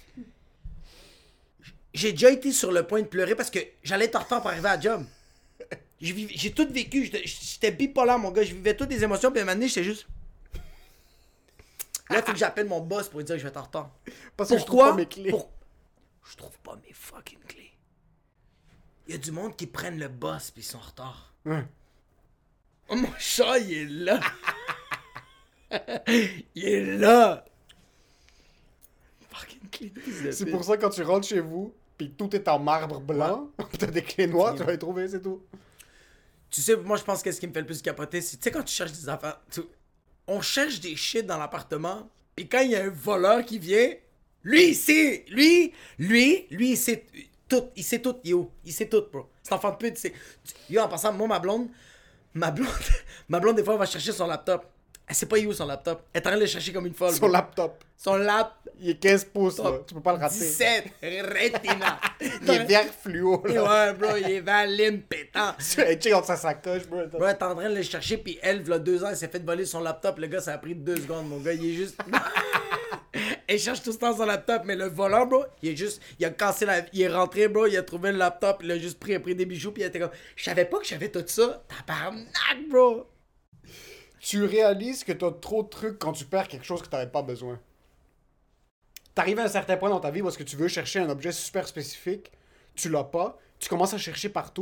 J'ai déjà été sur le point de pleurer parce que j'allais être en retard pour arriver à la job. J'ai viv- j'ai tout vécu. J'étais- J'étais bipolaire, mon gars. Je vivais toutes les émotions. Puis à un moment donné, j'étais juste. Là, il faut que j'appelle mon boss pour lui dire que je vais être en retard. Parce que je trouve Pourquoi? pas mes clés. Pour- Je trouve pas mes fucking clés. Il y a du monde qui prennent le boss puis ils sont en retard. Ouais. Oh, mon chat, il est là. Il est là. Fucking clé. C'est pour ça que quand tu rentres chez vous, puis tout est en marbre blanc, pis t'as des clés noires, tu vas les trouver, c'est tout. Tu sais, moi, je pense que ce qui me fait le plus capoter, c'est, tu sais, quand tu cherches des affaires, tu- on cherche des shit dans l'appartement, puis quand il y a un voleur qui vient, lui, il sait, lui, lui, lui, il sait tout, il sait tout, yo, il sait tout, bro. Cet enfant de pute, c'est... Yo, en passant, moi, ma blonde, ma blonde, ma blonde, des fois, elle va chercher son laptop. Elle sait pas où son laptop. Elle est en train de le chercher comme une folle. Son bro. laptop. Son lap, Il est quinze pouces, là. Tu peux pas le rater. dix-sept, Retina. Il est vert fluo, Et là. ouais, bro, il est valide, pétant. Tu es check dans sa sacoche, bro. Bro, elle est en train de le chercher, puis elle, v'là deux ans, elle s'est fait voler son laptop. Le gars, ça a pris deux secondes, mon gars. Il est juste. Elle cherche tout ce temps son laptop, mais le voleur, bro, il est juste. Il a cassé la. Il est rentré, bro, il a trouvé le laptop, il a juste pris, il a pris des bijoux, puis il était comme. Je savais pas que j'avais tout ça. Tabarnak, bro. Tu réalises que t'as trop de trucs quand tu perds quelque chose que t'avais pas besoin. T'arrives à un certain point dans ta vie où est-ce que tu veux chercher un objet super spécifique, tu l'as pas, tu commences à chercher partout,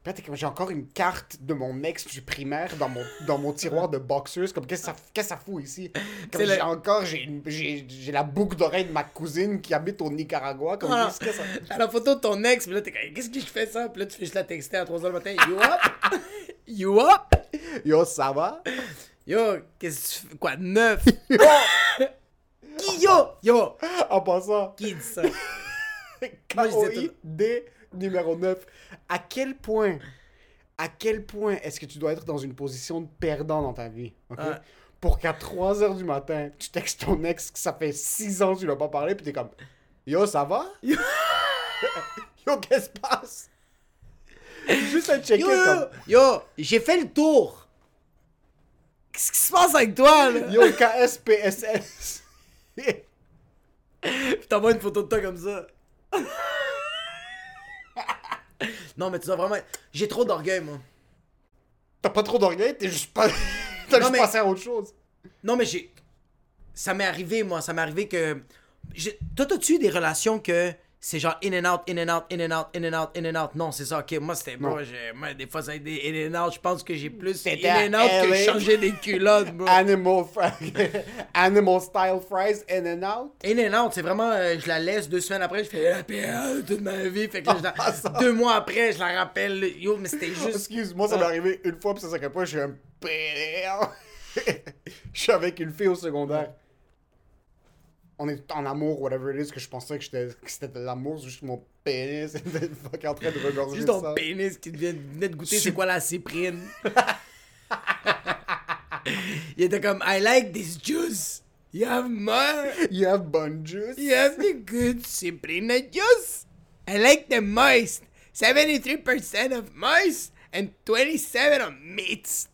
là, t'es comme, j'ai encore une carte de mon ex du primaire dans mon, dans mon tiroir de boxers. Comme, qu'est-ce que ça, qu'est-ce que ça fout ici? Comme, C'est j'ai le- encore, j'ai, une- j'ai, j'ai la boucle d'oreille de ma cousine qui habite au Nicaragua. Comme, Ah. qu'est-ce que ça... T'as la photo de ton ex, puis là, t'es comme, qu'est-ce que je fais ça? Puis là, tu fais juste la texter à trois heures le matin. You up? You up? Yo, ça va? Yo, qu'est-ce que tu fais? Quoi, neuf? Qui, yo? Yo! En passant, Qui dit ça? K Moi, je O disais I D numéro neuf. À quel point, à quel point est-ce que tu dois être dans une position de perdant dans ta vie, ok? Ouais. Pour qu'à trois heures du matin, tu textes ton ex que ça fait six ans que tu l'as pas parlé, puis t'es comme, yo, ça va? Yo. Yo, qu'est-ce qui se passe? Juste à checker Yo, yo, comme, yo, j'ai fait le tour. Qu'est-ce qui se passe avec toi, là? yo, K S P S S. Puis t'envoies une photo de toi comme ça. Non, mais tu dois vraiment... J'ai trop d'orgueil, moi. T'as pas trop d'orgueil, t'es juste pas... T'as Non, juste mais- passé à autre chose. Non, mais j'ai... Ça m'est arrivé, moi. Ça m'est arrivé que... j'ai- Toi, t'as-tu eu des relations que c'est genre in and out, in and out, in and out, in and out, in and out? Non, c'est ça. OK, moi, c'était... Non. Moi, j'ai- moi, des fois, ça a été in and out. Je pense que j'ai plus T'étais in and à out que L A. changer des culottes, bro. Animal, fri- Animal style fries in and out. In and out, c'est vraiment... euh, je la laisse deux semaines après, je fais la pire toute ma vie. Fait que là, je la- Ah, ça. deux mois après, je la rappelle. Yo, mais c'était juste... Excuse, moi ça m'est arrivé une fois, puis ça serait pas, je suis un pédéant. Je suis avec une fille au secondaire. On est en amour, whatever it is, que je pensais que, j'étais- que c'était de l'amour, c'est juste que mon pénis était fucking en train de regorger Juste ça. ton pénis qui vient venait de goûter c'est quoi la cyprine. Il était comme I like this juice. You have more. You have bun juice. You have the good cyprine juice. I like the moist. seventy-three percent of moist and twenty-seven of meats.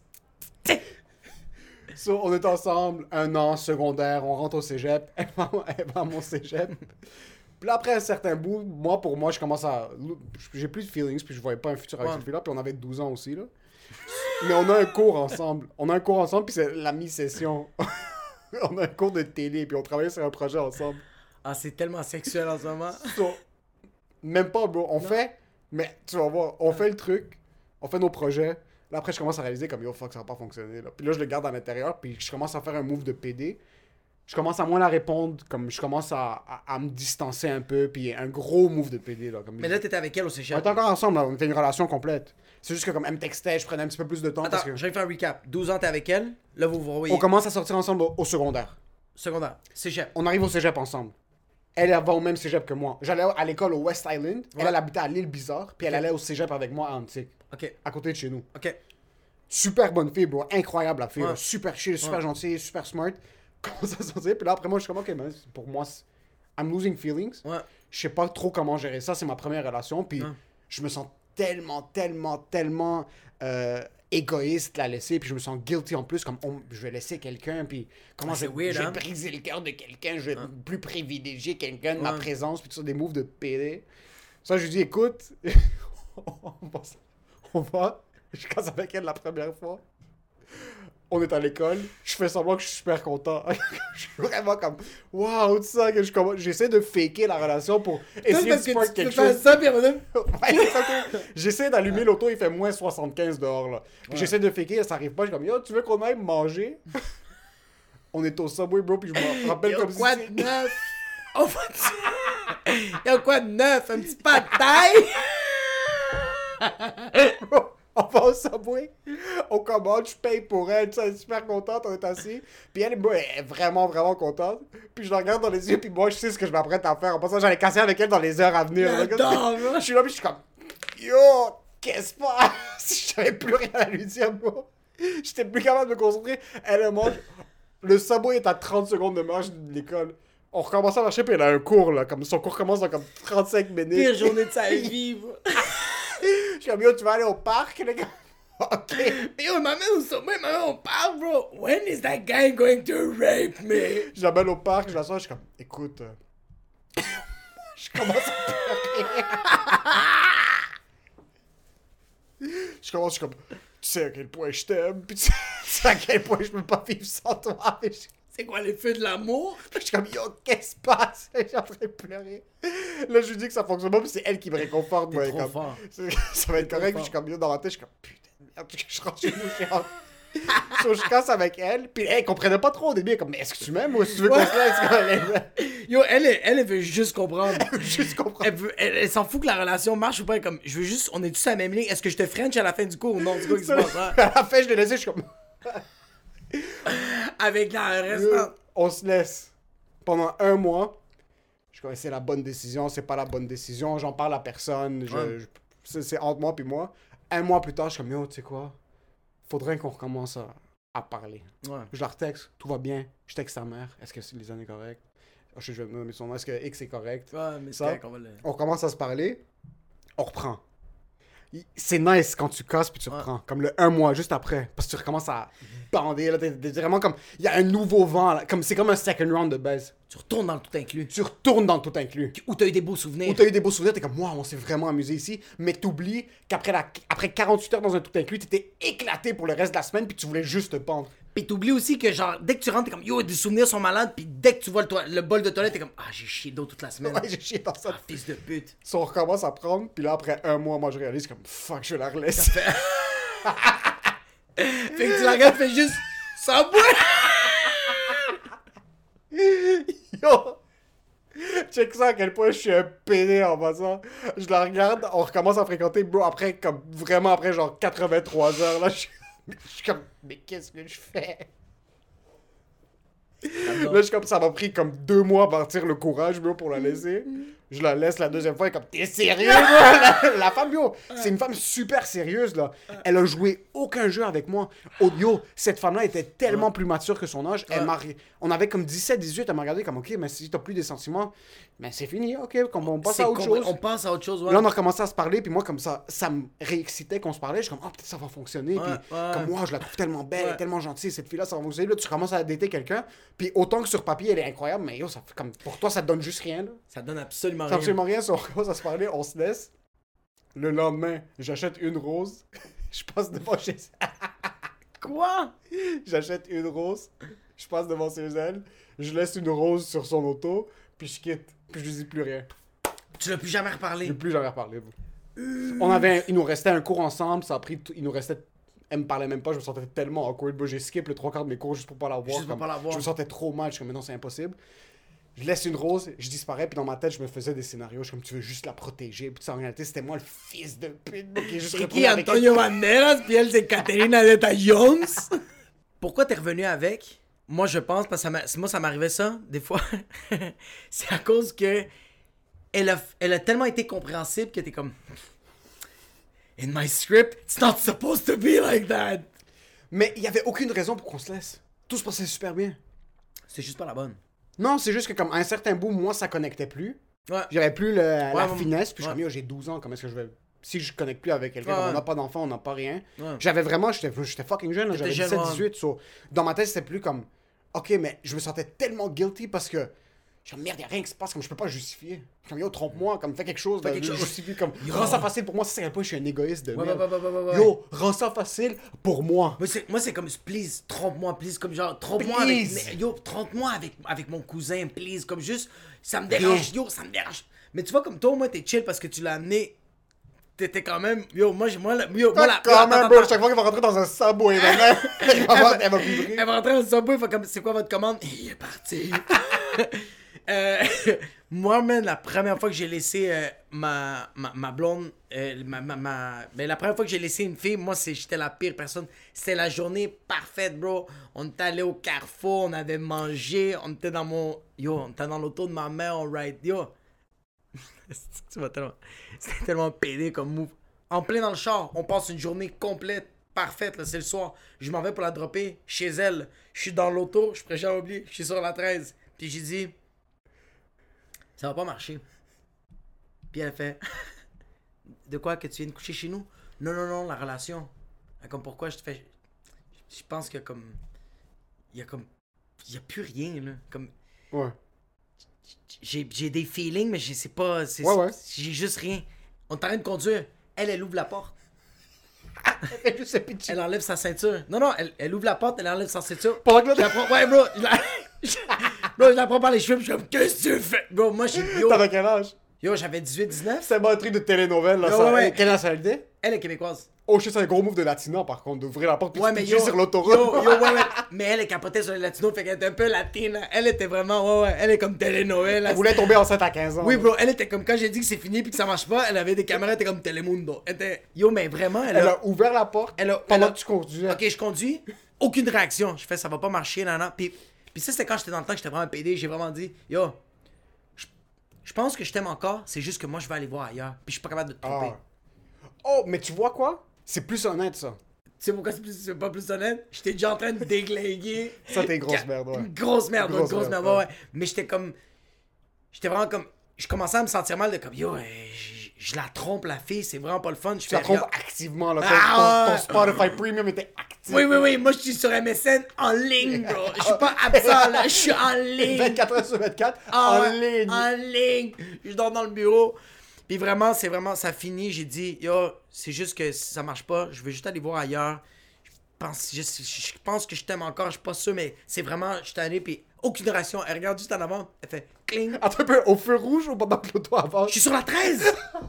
So, on est ensemble, un an, secondaire, on rentre au cégep, elle va, elle va à mon cégep. Puis là, après un certain bout, moi, pour moi, je commence à... J'ai plus de feelings, puis je voyais pas un futur avec Ouais. cette fille-là, puis on avait douze ans aussi, là. Mais on a un cours ensemble. On a un cours ensemble, puis c'est la mi-session. On a un cours de télé, puis on travaillait sur un projet ensemble. Ah, c'est tellement sexuel en ce moment. So, même pas, bro. On fait... Mais tu vas voir, on fait le truc, on fait nos projets. Là, après, je commence à réaliser comme, yo, fuck, ça va pas fonctionner. Là. Puis là, je le garde à l'intérieur, puis je commence à faire un move de P D. Je commence à moins la répondre, comme je commence à, à, à me distancer un peu, puis un gros move de P D. Là, comme Mais là, t'étais avec elle au on cégep. était encore ensemble, là, on était une relation complète. C'est juste que comme elle me textait, je prenais un petit peu plus de temps Attends, parce que... je vais faire un recap. douze ans, t'es avec elle. Là, vous vous revoyez. On commence à sortir ensemble au, au secondaire. Secondaire. Cégep. On arrive au cégep ensemble. Elle, elle va au même cégep que moi. J'allais à l'école au West Island. Elle, Ouais. elle habitait à l'île Bizarre. Puis elle Ok. allait au cégep avec moi à Antique, Ok. à côté de chez nous. Ok. Super bonne fille, bro. Incroyable la fille. Ouais. là. Super chill, super Ouais. gentille, super smart. Commence à sortir. Puis là, après moi, je suis comme, ok, mais pour moi, c'est- I'm losing feelings. Ouais. Je sais pas trop comment gérer ça. C'est ma première relation. Puis Ouais. je me sens tellement, tellement, tellement euh, égoïste de la laisser. Puis je me sens guilty en plus. Comme, on- je vais laisser quelqu'un. Puis comment Ah, je, c'est weird, je vais hein? briser le cœur de quelqu'un. Je vais plus privilégier quelqu'un de ma Ouais. présence. Puis tout ça, des moves de P D. Ça, je lui dis, écoute, on va. On va. Je casse avec elle la première fois. On est à l'école, je fais semblant que je suis super content. Je suis vraiment comme, waouh, tout ça, que je commence. J'essaie de faker la relation pour essayer de parce que spark tu quelque peux faire chose. ça, puis à un moment donné- Ouais, c'est ça que- J'essaie d'allumer l'auto, il fait moins soixante-quinze dehors, là. Puis j'essaie de faker, ça arrive pas, je suis comme, yo, tu veux qu'on aille manger? On est au Subway, bro, puis je me rappelle Y'a comme quoi si... de neuf? On va Y'a quoi de neuf? Un petit pas de taille? Bro, on va au Subway, on commande, je paye pour elle, tu sais, elle est super contente, on est assis. Puis elle, bro, elle est vraiment, vraiment contente. Puis je la regarde dans les yeux, puis moi, je sais ce que je m'apprête à faire. En passant, j'allais casser avec elle dans les heures à venir. J'adore, bro. Je suis là, puis je suis comme, yo, qu'est-ce que si je n'avais plus rien à lui dire, bro. J'étais plus capable de me concentrer. Elle, elle mange. Le Subway est à trente secondes de marche de l'école. On recommence à marcher, puis elle a un cours, là. Comme son cours commence dans comme trente-cinq minutes. Pire journée de sa vie, bro. Je suis comme, yo, tu vas aller au parc, les gars? Ok. Mais yo, ma mère au sommet, ma mère on parle, bro. When is that guy going to rape me? Je l'amène au parc, je la sors, je suis comme, écoute. euh, je commence à pleurer. je commence, je suis comme, tu sais à quel point je t'aime, puis tu sais, tu sais à quel point je peux pas vivre sans toi. Mais je- C'est quoi les feux de l'amour? Je suis comme, yo, qu'est-ce qui se passe? Je suis en train de pleurer. Là, je lui dis que ça fonctionne pas, puis c'est elle qui me réconforte. Moi, trop comme, fort. ça va être correct, puis je suis comme, yo, dans ma tête, je suis comme, putain de merde, je rentre chez nous, je suis en... So, je casse avec elle, puis elle comprenait pas trop au début, elle est comme, mais est-ce que tu m'aimes ou est-ce que tu veux qu'on se laisse? Yo, elle, elle, elle veut juste comprendre. Elle veut juste comprendre. Elle, veut- elle, elle s'en fout que la relation marche ou pas. Elle est comme, je veux juste, on est tous à la même ligne. Est-ce que je te French à la fin du cours ou non? C'est quoi qui se passe? Hein? À la fin, je l'ai laissé, je suis comme, Avec la restante. on se laisse. Pendant un mois, je connais c'est la bonne décision, c'est pas la bonne décision, j'en parle à personne, je, Ouais. je- c'est, c'est entre moi puis moi. Un mois plus tard, je suis comme, yo, tu sais quoi? Faudrait qu'on recommence à, à parler. Ouais. Je la retexte, tout va bien. Je texte sa mère, est-ce que c'est les années correctes? Je, je vais me nommer son nom, est-ce que X est correct? Ouais, mais c'est Ça. correct, on va le... On commence à se parler, on reprend. Il- C'est nice quand tu casses puis tu Ouais. reprends. Comme le un mois juste après. Parce que tu recommences à bander. Là, t'es, t'es vraiment comme. Il y a un nouveau vent. Là, comme, c'est comme un second round de base. Tu retournes dans le tout inclus. Tu retournes dans le tout inclus. Où t'as eu des beaux Où souvenirs. t'as eu des beaux souvenirs, t'es comme, moi, on s'est vraiment amusé ici. Mais t'oublies qu'après la... après quarante-huit heures dans un tout inclus, t'étais éclaté pour le reste de la semaine puis tu voulais juste te pendre. Pis t'oublies aussi que, genre, dès que tu rentres, t'es comme, yo, des souvenirs sont malades. Pis dès que tu vois le, toi- le bol de toilette, t'es comme, ah, j'ai chié d'eau toute la semaine. Ouais, j'ai chié dans ça. Ah, fils de pute. Si on recommence à prendre, puis là, après un mois, moi, je réalise comme, fuck, je la relaisse. Fait que tu la regardes, fais juste, ça boit. Yo! Check ça à quel point je suis un pédé en passant. Je la regarde, on recommence à fréquenter, bro, après, comme, vraiment après, genre, quatre-vingt-trois heures, là, je suis, je suis comme, mais qu'est-ce que je fais? Là, je suis comme, ça m'a pris comme deux mois à partir le courage, bro, pour la laisser. Je la laisse la deuxième fois, elle est comme, t'es sérieux, bro? La, la femme, yo, c'est une femme super sérieuse, là. Elle a joué aucun jeu avec moi. Oh, yo, cette femme-là était tellement plus mature que son âge. Elle Ouais. m'a... On avait comme dix-sept, dix-huit, elle m'a regardé comme, ok, mais si t'as plus des sentiments, mais c'est fini, ok, comme on passe C'est à autre compl- chose. On passe à autre chose, ouais. Là, on a commencé à se parler, puis moi, comme ça, ça me réexcitait qu'on se parlait. Je suis comme, ah, peut-être ça va fonctionner. Ouais, puis, ouais. comme moi, je la trouve tellement belle, Ouais. tellement gentille, cette fille-là, ça va fonctionner. Là, tu commences à dater quelqu'un, puis autant que sur papier, elle est incroyable, mais yo, ça fait comme, pour toi, ça te donne juste rien, là. Ça donne absolument Ça rien. absolument rien, si on commence à se parler, on se laisse. Le lendemain, j'achète une rose. Je passe devant chez Quoi? J'achète une rose. Je passe devant ses ailes. Je laisse une rose sur son auto, puis je quitte. Puis je lui dis plus rien. Tu l'as plus jamais Je reparlé. n'ai plus jamais reparlé. On avait un- il nous restait un cours ensemble, ça a pris, t- il nous restait, elle me parlait même pas, je me sentais tellement awkward, bro. J'ai skip le trois quarts de mes cours juste pour pas la voir. Juste pour comme- pas la voir. Je me sentais trop mal, je suis comme, mais non, c'est impossible. Je laisse une rose, je disparais, puis dans ma tête, je me faisais des scénarios, je suis comme, tu veux juste la protéger, puis ça, en réalité, c'était moi le fils de pute, bro, qui est juste C'est retourné qui, avec Antonio Banderas, puis elle, c'est Caterina Zeta Jones? Pourquoi t'es revenu avec? Moi, je pense, parce que ça m'a- moi, ça m'arrivait ça, des fois. C'est à cause que elle a, elle a tellement été compréhensible que t'es comme... In my script, it's not supposed to be like that. Mais il y avait aucune raison pour qu'on se laisse. Tout se passait super bien. C'est juste pas la bonne. Non, c'est juste que comme à un certain bout, moi, ça connectait plus. Ouais. J'avais plus le- la Ouais, ouais, finesse, puis je ouais. suis comme, yo, j'ai douze ans, comment est-ce que je vais... Si je connecte plus avec quelqu'un, Ouais, comme on ouais. n'a pas d'enfant, on n'a pas rien. Ouais. J'avais vraiment, j'étais j'étais fucking jeune, là, T'étais j'avais jeune, dix-sept, ouais. dix-huit. So, dans ma tête, c'était plus comme, ok, mais je me sentais tellement guilty parce que, je suis comme, merde, y'a rien qui se passe, comme je peux pas justifier. Je suis comme, yo, trompe-moi, comme fais quelque chose, Fais là, quelque chose. justifie, comme, Yo. rends ça facile pour moi, ça c'est à quel point je suis un égoïste de Ouais, merde. ouais, ouais, ouais, ouais, ouais. Yo, rends ça facile pour moi. Moi, c'est, moi, c'est comme, please, trompe-moi, please, comme genre, trompe-moi avec, Please. yo, trompe-moi avec, avec mon cousin, please, comme juste, ça me dérange, Rien. yo, ça me dérange. Mais tu vois, comme toi, moi, t'es chill parce que tu l'as amené, t'étais quand même, yo, moi, j'ai- moi, la- yo, moi, la, Quand yo, même, attends, bro, attends. chaque fois qu'il va rentrer dans un subway, ma mère, elle va, voir- elle va vibrer. Elle va rentrer dans le subway, il fait comme, c'est quoi votre commande? Et il est parti. Euh, moi, man, la première fois que j'ai laissé euh, ma, ma, ma blonde, euh, ma, ma, ma- ben, la première fois que j'ai laissé une fille, moi, c'est, j'étais la pire personne. C'était la journée parfaite, bro. On était allé au Carrefour, on avait mangé, on était dans mon... Yo, on était dans l'auto de ma mère, on ride. Yo, tu vois tellement... C'était tellement pédé comme move. En plein dans le char, on passe une journée complète, parfaite, là, c'est le soir. Je m'en vais pour la dropper chez elle. Je suis dans l'auto, je suis prêt à oublier, je suis sur la treize. Puis j'ai dit, ça va pas marcher. Puis elle fait, de quoi, que tu viens de coucher chez nous? Non, non, non, la relation. Elle, comme, pourquoi je te fais... Je pense que comme... Il y a comme... Il y a plus rien, là. Comme... Ouais. J'ai, j'ai des feelings, mais je sais pas. C'est, Ouais, ouais. J'ai juste rien. On est en train de conduire. Elle, elle ouvre la porte. Elle juste se pitcher. Elle enlève sa ceinture. Non, non, elle, elle ouvre la porte, elle enlève sa ceinture. Pendant que Je la là, prends. Ouais, bro. je la- Bro, je la prends par les cheveux, puis je suis comme, qu'est-ce que tu fais? Bro, moi, j'ai. Yo, T'avais quel âge? yo j'avais dix-huit dix-neuf. C'est un truc de télénovelle, là. Ouais, ça. ouais, ouais. Quelle nationalité? Elle est québécoise. Oh, je sais, c'est un gros move de Latina, par contre, d'ouvrir la porte puis Ouais, de mais pitcher yo, sur l'autoroute. yo, yo, ouais, ouais. Mais elle est capotée sur les latinos, fait qu'elle était un peu latine. Elle était vraiment, ouais, ouais. Elle est comme Telenoël. Elle voulait tomber enceinte à quinze ans. Oui, bro, elle était comme quand j'ai dit que c'est fini puis que ça marche pas, elle avait des caméras, elle était comme Telemundo. Elle était. Yo, mais vraiment, elle, Elle a. a ouvert la porte Elle a- pendant elle a- que tu conduisais. Ok, je conduis, aucune réaction. Je fais, ça va pas marcher, nan, nan. Puis, puis ça, c'était quand j'étais dans le temps que j'étais vraiment P D, j'ai vraiment dit, yo, je, je pense que je t'aime encore, c'est juste que moi, je vais aller voir ailleurs. Puis je suis pas capable de te tromper. Ah. Oh, mais tu vois quoi? C'est plus honnête, ça. Tu sais pourquoi c'est, plus, c'est pas plus honnête? J'étais déjà en train de déglinguer. Ça, t'es une grosse merde, ouais. Une grosse merde, Grosse une grosse merde, merde, ouais, ouais. ouais. Mais j'étais comme. J'étais vraiment comme. Je commençais à me sentir mal de comme, yo, euh, je, je la trompe, la fille, c'est vraiment pas le fun. Je Tu la fais, trompes regarde. activement, là. Ton, Ah, ton- ouais. ton Spotify Premium était actif. Oui, oui, oui, moi je suis sur M S N en ligne, bro. Je suis pas absent, là, je suis en ligne. vingt-quatre heures sur vingt-quatre, Ah en ouais, ligne. En ligne. Je dors dans le bureau. Puis vraiment, c'est vraiment, ça finit. J'ai dit, yo, c'est juste que si ça marche pas, je veux juste aller voir ailleurs. Je pense, je, je- je pense que je t'aime encore, je suis pas sûr, mais c'est vraiment, je suis allé, puis aucune réaction. Elle regarde juste en avant, elle fait cling. Attends un peu, au feu rouge ou pendant que l'auto avance? Je suis sur la treize!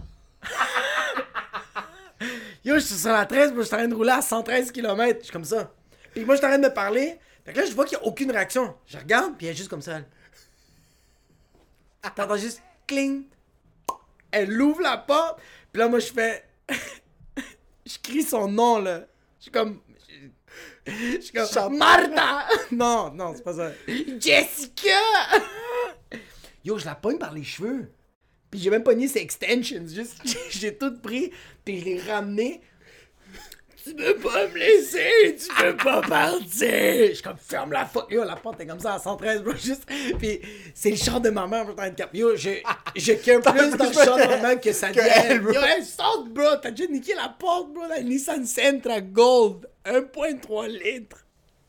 Yo, je suis sur la treize, moi je suis en train de rouler à cent treize kilomètres. Je suis comme ça. Puis moi, je suis en train de me parler. Fait que là, je vois qu'il n'y a aucune réaction. Je regarde, puis elle est juste comme ça. Elle. T'entends juste cling. Elle ouvre la porte. Puis là, moi, je fais. Je crie son nom, là. Je suis comme. Je suis comme. Chante. Martha! Non, non, c'est pas ça. Jessica! Yo, je la pogne par les cheveux. Puis j'ai même pogné ses extensions. Juste, j'ai tout pris. Puis je l'ai ramené. Tu peux pas me laisser, tu peux pas partir. Je suis comme, ferme la fuck. Yo, la porte est comme ça à cent treize, bro. Juste. Puis c'est le chant de ma mère, en train de Yo, je, je care plus dans le chant de ma mère que ça Que elle, bro. Yo, elle saute, bro. T'as déjà niqué la porte, bro. La Nissan Sentra Gold. un virgule trois litres.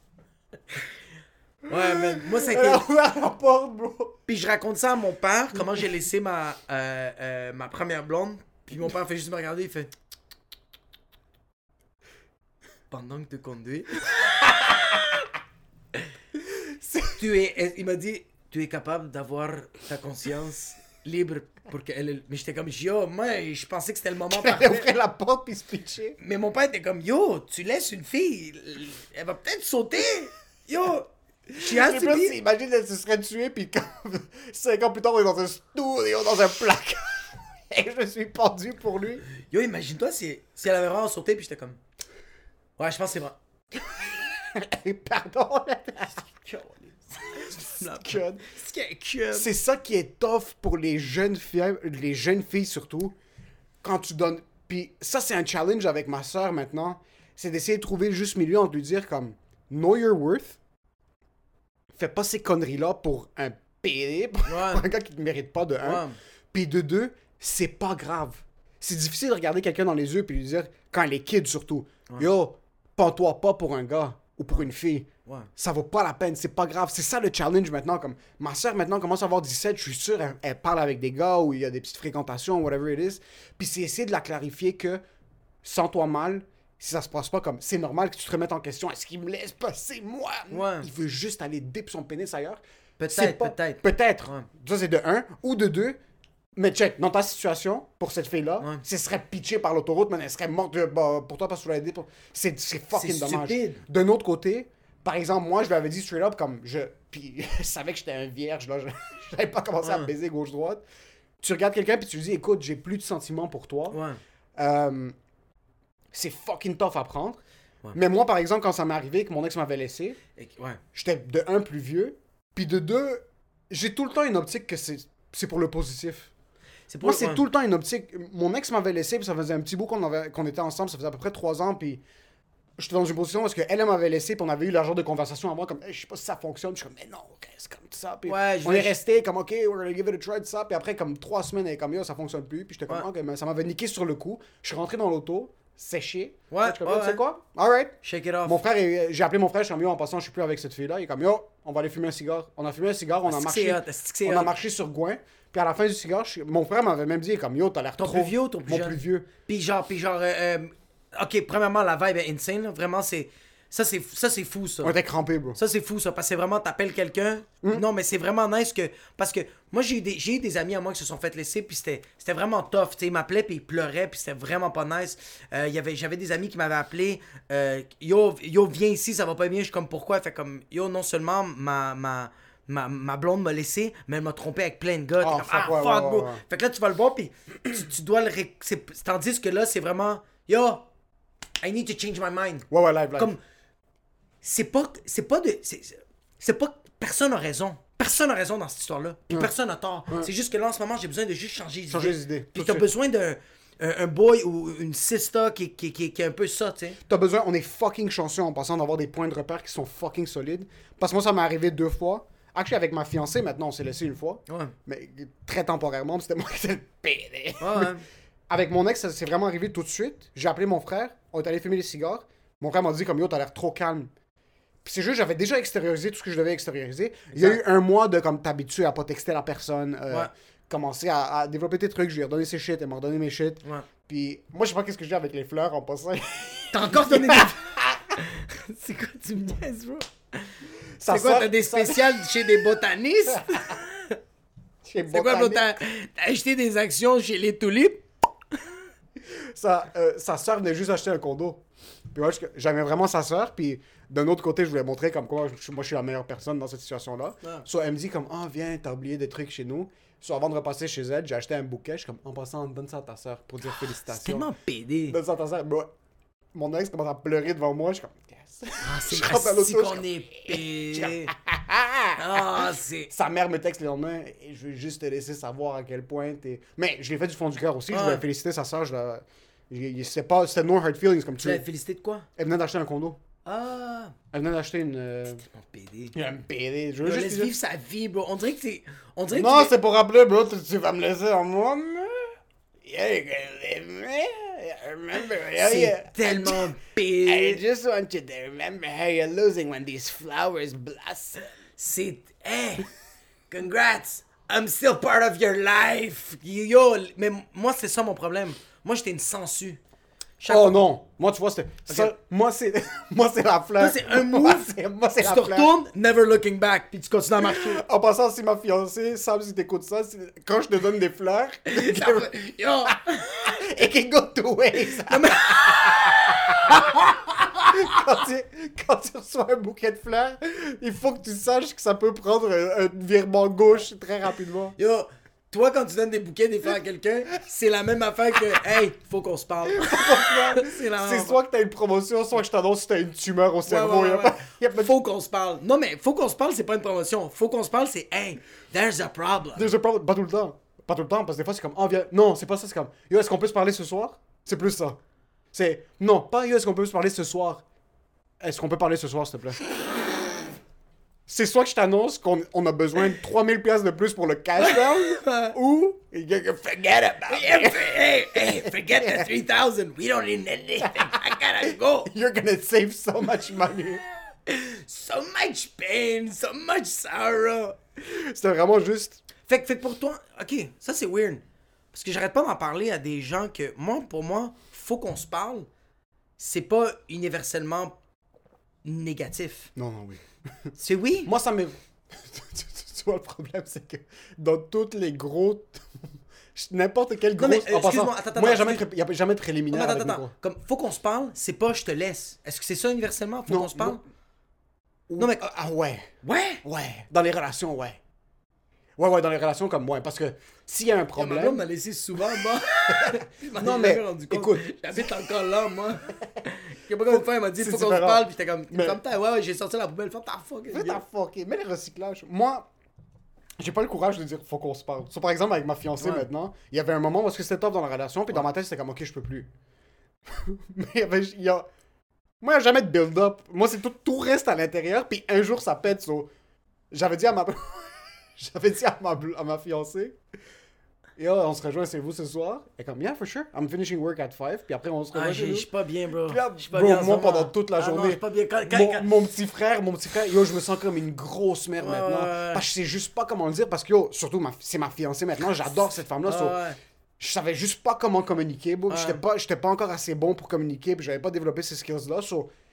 Ouais, man. Moi, ça a Elle a été. ouvert la porte, bro. Puis je raconte ça à mon père, comment j'ai laissé ma, euh, euh, ma première blonde. Puis mon père fait juste me regarder, il fait. Pendant que tu conduis. tu es. Il m'a dit, tu es capable d'avoir ta conscience libre pour qu'elle. Mais j'étais comme, yo, moi, je pensais que c'était le moment Elle parfait. ouvrait la porte puis se pitcher. Mais mon père était comme, yo, tu laisses une fille, elle va peut-être sauter. Yo, she has Et to puis là, be- imagine, elle se serait tuée puis comme cinq ans plus tard, on est dans un studio, dans un placard. Et je suis pendu pour lui. Yo, imagine-toi si, si elle avait vraiment sauté, puis j'étais comme. Ouais, je pense que c'est vrai. Et pardon. C'est C'est C'est ça qui est tough pour les jeunes filles, les jeunes filles surtout, quand tu donnes... Puis ça, c'est un challenge avec ma soeur maintenant, c'est d'essayer de trouver le juste milieu entre lui dire comme, know your worth, fais pas ces conneries-là pour un P D, pour Ouais. un gars qui te mérite pas de un, Ouais. puis de deux, c'est pas grave. C'est difficile de regarder quelqu'un dans les yeux puis lui dire, quand elle est kid surtout, yo, prends-toi pas pour un gars ou pour une fille. Ouais. Ça vaut pas la peine, c'est pas grave. C'est ça le challenge maintenant. Comme ma soeur maintenant commence à avoir dix-sept, je suis sûr, elle, elle parle avec des gars où il y a des petites fréquentations, whatever it is. Puis c'est essayer de la clarifier que, sens-toi mal, si ça se passe pas comme, c'est normal que tu te remettes en question. Est-ce qu'il me laisse passer moi? Ouais. Il veut juste aller dip son pénis ailleurs. Peut-être, C'est pas- peut-être. Peut-être. Ouais. Ça, c'est de un. Ou de deux. Mais check, dans ta situation, pour cette fille-là, Ouais. ce serait pitché par l'autoroute, mais elle serait morte de, bah, pour toi parce que tu l'as aidé. Pour... C'est, c'est fucking C'est dommage. stupide. D'un autre côté, par exemple, moi, je lui avais dit straight up, comme je. Puis je savais que j'étais un vierge, là. Je n'avais pas commencé à Ouais. me baiser gauche-droite. Tu regardes quelqu'un, puis tu lui dis, écoute, j'ai plus de sentiments pour toi. Ouais. Euh, c'est fucking tough à prendre. Ouais. Mais moi, par exemple, quand ça m'est arrivé que mon ex m'avait laissé, Et- ouais. j'étais de un plus vieux, puis de deux, j'ai tout le temps une optique que c'est, c'est pour le positif. C'est pour Moi, c'est ouais. tout le temps une optique. Mon ex m'avait laissé, puis ça faisait un petit bout qu'on, avait, qu'on était ensemble, ça faisait à peu près trois ans, puis j'étais dans une position parce qu'elle, elle m'avait laissé, puis on avait eu le genre de conversation à moi, comme, hey, je sais pas si ça fonctionne, je suis comme, mais non, ok, c'est comme ça, puis Ouais, je on veux- est resté comme, ok, we're gonna give it a try, tout ça, puis après, comme trois semaines, elle est comme, yo, ça fonctionne plus, puis j'étais comme, Ouais. ok, mais ça m'avait niqué sur le coup, je suis rentré dans l'auto, séché, Ouais, je suis comme, ouais, yo, tu sais ouais. quoi, alright. Shake it off. Mon frère, est- j'ai appelé mon frère, je suis comme, yo, en passant, je suis plus avec cette fille-là, il est comme, yo, on va aller fumer un cigare. On a fumé un cigare, on a Est-ce que marché, c'est hot? Est-ce que c'est on a hot? marché sur Gouin, puis à la fin du cigare, je- mon frère m'avait même dit, comme, yo, t'as l'air Ton trop... plus vieux ou ton plus Mon jeune? plus vieux. Puis genre, puis genre, euh, euh, ok, premièrement, la vibe est insane, là. Vraiment, c'est, Ça, c'est, ça, c'est fou, ça. On était crampés, bro. Ça, c'est fou, ça, parce que c'est vraiment, t'appelles quelqu'un. Mm. Non, mais c'est vraiment nice que. Parce que moi, j'ai eu des, j'ai eu des amis à moi qui se sont fait laisser, puis c'était, c'était vraiment tough. Tu sais, ils m'appelaient, puis ils pleuraient, puis c'était vraiment pas nice. Euh, y avait, j'avais des amis qui m'avaient appelé. Euh, yo, yo, viens ici, ça va pas bien. Je suis comme, pourquoi? Fait comme, yo, non seulement ma. ma Ma, ma blonde m'a laissé, mais elle m'a trompé avec plein de gars. Oh, Comme, fuck, ah, ouais, fuck, ouais, bro. ouais, ouais. Fait que là, tu vas le voir, puis tu, tu dois le. Ré... c'est- Tandis que là, c'est vraiment, yo, I need to change my mind. Ouais, ouais, live, live. Comme, c'est pas, c'est pas de, c'est, c'est pas, personne a raison. Personne a raison dans cette histoire-là. Puis personne a tort. C'est juste que là, en ce moment, j'ai besoin de juste changer d'idée. Changer d'idée, tout Puis de t'as suite. besoin d'un un, un boy ou une sister qui, qui, qui, qui est un peu ça, tu sais. T'as besoin, on est fucking chanceux en passant d'avoir des points de repère qui sont fucking solides. Parce que moi, ça m'est arrivé deux fois. Actually, avec ma fiancée, maintenant, on s'est laissé une fois. Ouais. Mais très temporairement, puis c'était moi qui étais le pédé. Ouais, ouais. Avec mon ex, ça s'est vraiment arrivé tout de suite. J'ai appelé mon frère, on est allé fumer des cigares. Mon frère m'a dit comme yo, t'as l'air trop calme. Puis c'est juste, j'avais déjà extériorisé tout ce que je devais extérioriser. Il y a eu un mois de comme t'habituer à pas texter la personne, euh, Ouais. commencer à, à développer tes trucs. Je lui ai redonné ses shit, elle m'a redonné mes shit. Ouais. Puis moi, je sais pas qu'est-ce que j'ai avec les fleurs en passant. T'as encore donné des... C'est quoi, tu me niaises, bro? Ça C'est quoi, sort- t'as des ça- spéciales chez des botanistes? chez C'est quoi, bro? Botanique. T'as t'as acheté des actions chez les tulipes? sa, euh, sa soeur venait juste acheter un condo. Puis moi, je- j'aimais vraiment sa soeur. Puis d'un autre côté, je voulais montrer comme quoi je- moi, je suis la meilleure personne dans cette situation-là. Ouais. So, elle me dit comme, ah, viens, t'as oublié des trucs chez nous. So, avant de repasser chez elle, j'ai acheté un bouquet. Je suis comme, en passant, donne ça à ta soeur pour dire C'est félicitations. tellement pédé. Donne ça à ta soeur. Bro, mon ex commence à pleurer devant moi. Je suis comme, yes. Ah, c'est Je rentre à l'auto, si je qu'on suis est pédé. Ah, c'est... Sa mère me texte le lendemain et je veux juste te laisser savoir à quel point t'es. Mais je l'ai fait du fond du cœur aussi. Je Ouais. voulais féliciter sa soeur. Je la... je- C'était pas... C'était no hard feelings comme Tu tu l'as félicité de quoi? Elle venait d'acheter un condo. Ah, Elle venait d'acheter une. euh, mon pédé. Un P D. Je Yo, veux laisse juste. vivre sa vie, bro. On dirait que c'est... On dirait que Non, tu... c'est pour rappeler, bro. Tu, tu vas me laisser en moi. mais- Yeah, you're gonna leave me. I remember. Yeah, C'est yeah. tellement I pédé. just want you to remember how you're losing when these flowers blossom. C'est... Hey! Congrats! I'm still part of your life! Yo, mais moi, c'est ça mon problème. Moi, j'étais une sangsue. Chaque Oh fois- non. Moi, tu vois, c'était. ça- Moi, c'est. Moi, c'est la fleur. Toi, c'est un move. Moi, c'est, moi, c'est Tu la te fleur. retournes, never looking back, puis tu continues à marcher. En passant, si ma fiancée, Sam, si t'écoutes ça, si- quand je te donne des fleurs, Yo! it can go two ways. quand, tu, quand tu reçois un bouquet de fleurs, il faut que tu saches que ça peut prendre un, un virement gauche très rapidement. Yo! Toi, quand tu donnes des bouquets des fleurs à quelqu'un, c'est la même affaire que hey, faut qu'on se parle. c'est la même C'est affaire. soit que t'as une promotion, soit que je t'annonce que t'as une tumeur au cerveau. ouais, y a ouais, pas- ouais. y a pas de- Faut qu'on se parle. Non, mais faut qu'on se parle, c'est pas une promotion. Faut qu'on se parle, c'est hey, there's a problem. There's a problem. Pas tout le temps. Pas tout le temps, parce que des fois, c'est comme, oh, viens. Non, c'est pas ça, c'est comme, yo, est-ce qu'on peut se parler ce soir? C'est plus ça. C'est, non, pas yo, est-ce qu'on peut se parler ce soir? Est-ce qu'on peut parler ce soir, s'il te plaît? C'est soit que je t'annonce qu'on on a besoin de trois mille piastres de plus pour le cash down, ou, you can forget about it. Hey, hey, forget the three thousand. We don't need anything. I gotta go. You're gonna save so much money. So much pain, so much sorrow. C'était vraiment juste. Fait que, fait que pour toi, ok, ça c'est weird. Parce que j'arrête pas d'en parler à des gens que, moi, pour moi, faut qu'on se parle. C'est pas universellement négatif. Non, non, oui. C'est oui. Moi, ça m'est. tu, tu- tu vois, le problème, c'est que dans toutes les gros. N'importe quel gros. mais, euh, en passant, excuse-moi, attends, moi, il attends, n'y a, jamais de- y a jamais de préliminaire. Attends, avec attends, mes attends. gros. Comme, faut qu'on se parle, c'est pas je te laisse. Est-ce que c'est ça universellement? Faut Non, qu'on se parle? non. Non, mais- Ah, ah, ouais. Ouais. Ouais. Dans les relations, ouais. Ouais, ouais, dans les relations comme moi. Parce que s'il y a un Ma blonde problème. m'a laissé souvent, moi. Je m'en ai Non, jamais mais, rendu compte. écoute. J'habite encore là, moi. Je sais pas combien de fois elle m'a dit, C'est faut qu'on se différent. parle, puis j'étais comme, Mais- comme ta, ouais, ouais, j'ai sorti la poubelle, ferme ta fuck. Fais ta fucking. Mais le recyclage. Moi, j'ai pas le courage de dire faut qu'on se parle. So, par exemple, avec ma fiancée Ouais. maintenant, il y avait un moment parce que c'était top dans la relation, puis dans ma tête, c'était comme ok, je peux plus. Mais il y avait. il y a... Moi, il n'y a jamais de build-up. Moi, c'est tout, tout reste à l'intérieur, puis un jour, ça pète. So... J'avais dit à ma. J'avais dit à ma, à ma fiancée. Et là, on se rejoint chez vous ce soir. Et comme, yeah, for sure. I'm finishing work at five. Puis après, on se rejoint Ah, chez j'ai- je nous. suis pas bien, bro. Puis là, Je suis pas bro, bien en ce moi, moment. pendant toute la Ah non, journée, je suis pas bien. Quand- quand- mon, quand- mon petit frère, mon petit frère, yo, je me sens comme une grosse mère Ouais, maintenant. ouais. Parce que je sais juste pas comment le dire. Parce que, yo, surtout, ma, c'est ma fiancée maintenant. J'adore cette femme-là. so, Ah, ouais. je savais juste pas comment communiquer, bro. Ouais. J'étais pas, j'étais pas encore assez bon pour communiquer. Puis j'avais pas développé ces skills-là. So,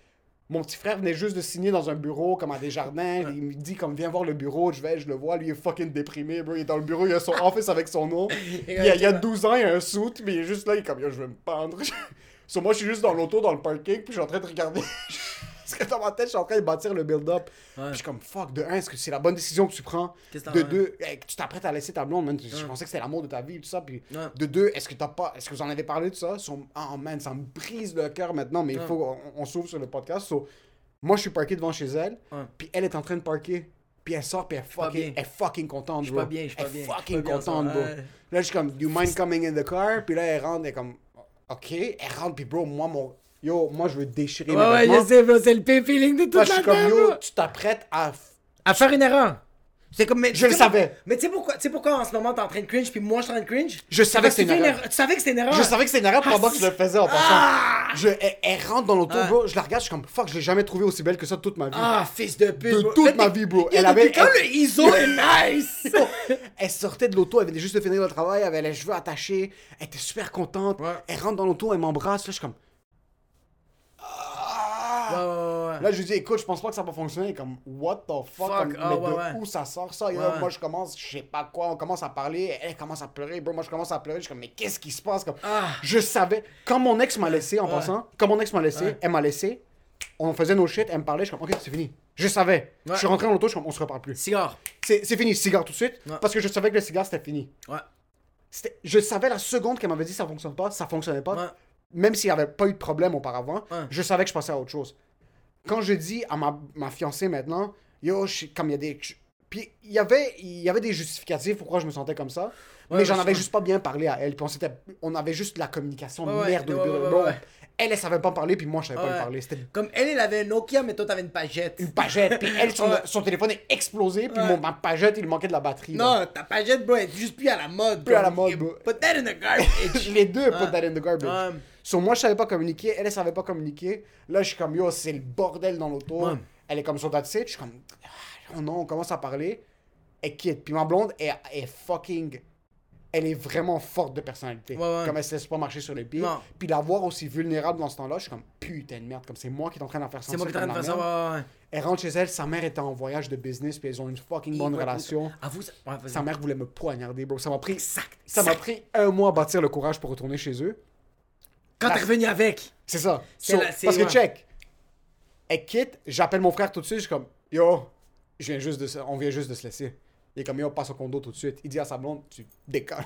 Mon petit frère venait juste de signer dans un bureau, comme à Desjardins. Ouais. Il me dit, comme, viens voir le bureau. Je vais, je le vois. Lui, il est fucking déprimé, bro. Il est dans le bureau, il a son office avec son nom. Il y a, il y a douze ans, il a un suit, mais il est juste là, il est comme, yo, je vais me pendre. So, moi, je suis juste dans l'auto, dans le parking, puis je suis en train de regarder. Parce que dans ma tête, je suis en train de bâtir le build-up. Ouais. Puis je suis comme, fuck, de un, est-ce que c'est la bonne décision que tu prends? Qu'est-ce que De t'en as? deux, hey, tu t'apprêtes à laisser ta blonde, man. Je Ouais. pensais que c'était l'amour de ta vie, tout ça. Puis Ouais. de deux, est-ce que t'as pas, est-ce que vous en avez parlé de ça? So, oh man, ça me brise le cœur maintenant, mais il Ouais. faut qu'on on s'ouvre sur le podcast. So, moi, je suis parké devant chez elle, Ouais. puis elle est en train de parker. Puis elle sort, puis elle, pas fucking, bien. elle est fucking contente, Je suis bro. pas bien, je suis pas Elle bien. est je suis fucking pas bien en ce contente, moment. bro. Ouais. Là, je suis comme, do you mind coming in the car? Puis là, elle rentre, elle est comme, ok. Elle rentre, puis bro, moi, mon, yo, moi, je veux déchirer Ouais, mes ouais, vêtements. je sais, bro, c'est le pire feeling de toute Moi, je la suis comme, terre, yo, bro. tu t'apprêtes à... À faire une erreur. C'est comme, mais, Je le tu sais savais. pourquoi- Mais tu sais pourquoi, tu sais pourquoi en ce moment t'es en train de cringe puis moi je suis en train de cringe? Je savais Parce que c'était tu une fais erreur. Tu savais que c'était une erreur. Je savais que c'était une erreur pendant Ah, que je le faisais en passant. Ah! Je, elle, elle rentre dans l'auto, Ouais. bro. Je la regarde, je suis comme, fuck, je l'ai jamais trouvée aussi belle que ça de toute ma vie. Ah, fils de pute. De bro. toute Là, ma t'es- vie, bro. Yo, Elle depuis avait- quand elle- le I S O est nice? Elle sortait de l'auto, elle venait juste de finir le travail, elle avait les cheveux attachés, elle était super contente. Ouais. Elle rentre dans l'auto, elle m'embrasse, là, je suis comme. Ouais, Ah! ouais, ouais, ouais. Là, je lui dis, écoute, je pense pas que ça va fonctionner. Comme, what the fuck? Fuck, Comme, ah, mais ouais, de ouais. où ça sort ça? Et là, Ouais, ouais. moi, je commence, je sais pas quoi, on commence à parler, elle commence à pleurer, bro. Moi, je commence à pleurer, je suis comme, mais qu'est-ce qui se passe? Comme, Ah. je savais. Quand mon ex m'a laissé, en Ouais. passant, quand mon ex m'a laissé, Ouais. elle m'a laissé, on faisait nos shit, elle me parlait, je suis comme, ok, c'est fini. Je savais. Ouais. Je suis rentré dans l'auto, je suis comme, on se reparle plus. Cigare. C'est c'est fini, cigare tout de suite, Ouais. parce que je savais que le cigare, c'était fini. Ouais. C'était- Je savais la seconde qu'elle m'avait dit ça fonctionne pas, ça fonctionnait pas. Ouais. Même s'il n'y avait pas eu de problème auparavant, Ouais. je savais que je passais à autre chose. Quand je dis à ma, ma fiancée maintenant, yo, je, comme il y a des. je- puis il y avait il y avait des justificatifs pourquoi je me sentais comme ça, Ouais, mais j'en ouais, avais ouais. juste pas bien parlé à elle. Puis on, s'était- on avait juste la communication de Ouais, ouais, merde au ouais, bureau. ouais, Bon, ouais. Elle, elle savait pas me parler, puis moi, je savais pas Ouais. lui parler. C'était Comme elle, elle avait un Nokia, mais toi t'avais une pagette. une pagette, puis elle, son, Ouais. son téléphone est explosé, puis Ouais. mon, ma pagette, il manquait de la batterie. là. Non, ta pagette, bro, elle est juste plus à la mode. Plus à la bro. mode, bro. Put that in the garbage. Les deux, put Ouais. that in the garbage. Ouais. So, moi, je savais pas communiquer, elle, elle savait pas communiquer. Là, je suis comme, yo, c'est le bordel dans l'auto. Ouais. Elle est comme sur that's it. Je suis comme, ah, oh non, on commence à parler. Elle quitte. Puis ma blonde est, est fucking. Elle est vraiment forte de personnalité. Ouais, ouais. Comme elle se laisse pas marcher sur les pieds. Non. Puis la voir aussi vulnérable dans ce temps-là, je suis comme, putain de merde. Comme c'est moi qui est en train d'en faire C'est moi qui sentir suis en train de comme faire la ça, merde. ouais, ouais. Elle rentre chez elle, sa mère était en voyage de business, puis ils ont une fucking bonne Ouais, relation. À vous, ça- ouais, vas-y. Sa mère voulait me poignarder, bro. Ça m'a pris. Exact. Ça m'a exact. pris un mois à bâtir le courage pour retourner chez eux. Quand La- t'es revenu avec. C'est ça. C'est So, la- c'est- parce que ouais. check, elle quitte, j'appelle mon frère tout de suite, je suis comme, yo, je viens juste de se- on vient juste de se laisser. Il est comme, yo, passe au condo tout de suite. Il dit à sa blonde, tu décolles.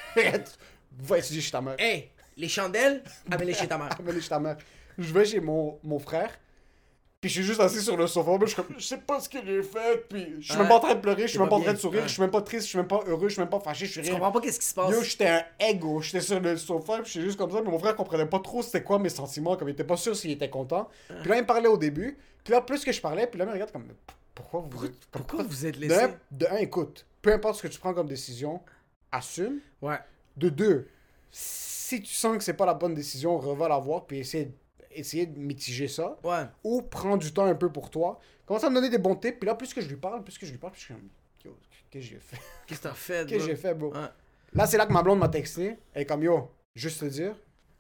Va étudier chez ta mère. Hey, les chandelles, amène-les chez ta mère. Amène-les chez ta mère. Je vais chez mon, mon frère, puis je suis juste assis sur le sofa, mais je suis comme, je sais pas ce que j'ai fait, puis je suis même Ouais. pas en train de pleurer, je suis C'est même pas pas en train de bien. sourire, Ouais. je suis même pas triste, je suis même pas heureux, je suis même pas fâché, je suis Je rien. comprends pas qu'est-ce qui se passe. Yo, j'étais un ego. J'étais sur le sofa, puis j'étais juste comme ça. Mais mon frère comprenait pas trop c'était quoi mes sentiments. Comme il était pas sûr s'il était content. Puis là, il me parlait au début. Puis là, plus que je parlais, puis là, il me regarde comme, mais p- pourquoi vous êtes. Pourquoi vous êtes De laissé? un, de un, écoute, peu importe ce que tu prends comme décision, assume. Ouais. De deux, si tu sens que c'est pas la bonne décision, reva la voir, puis essayer, essayer de mitiger ça. Ouais. Ou prends du temps un peu pour toi. Commence à me donner des bons tips. Puis là, plus que je lui parle, plus que je lui parle, plus je suis comme, yo, qu'est-ce que j'ai fait? Qu'est-ce que t'as fait, Qu'est-ce que bro? j'ai fait, bro? Ouais. Là, c'est là que ma blonde m'a texté. Elle est comme, yo, juste te dire,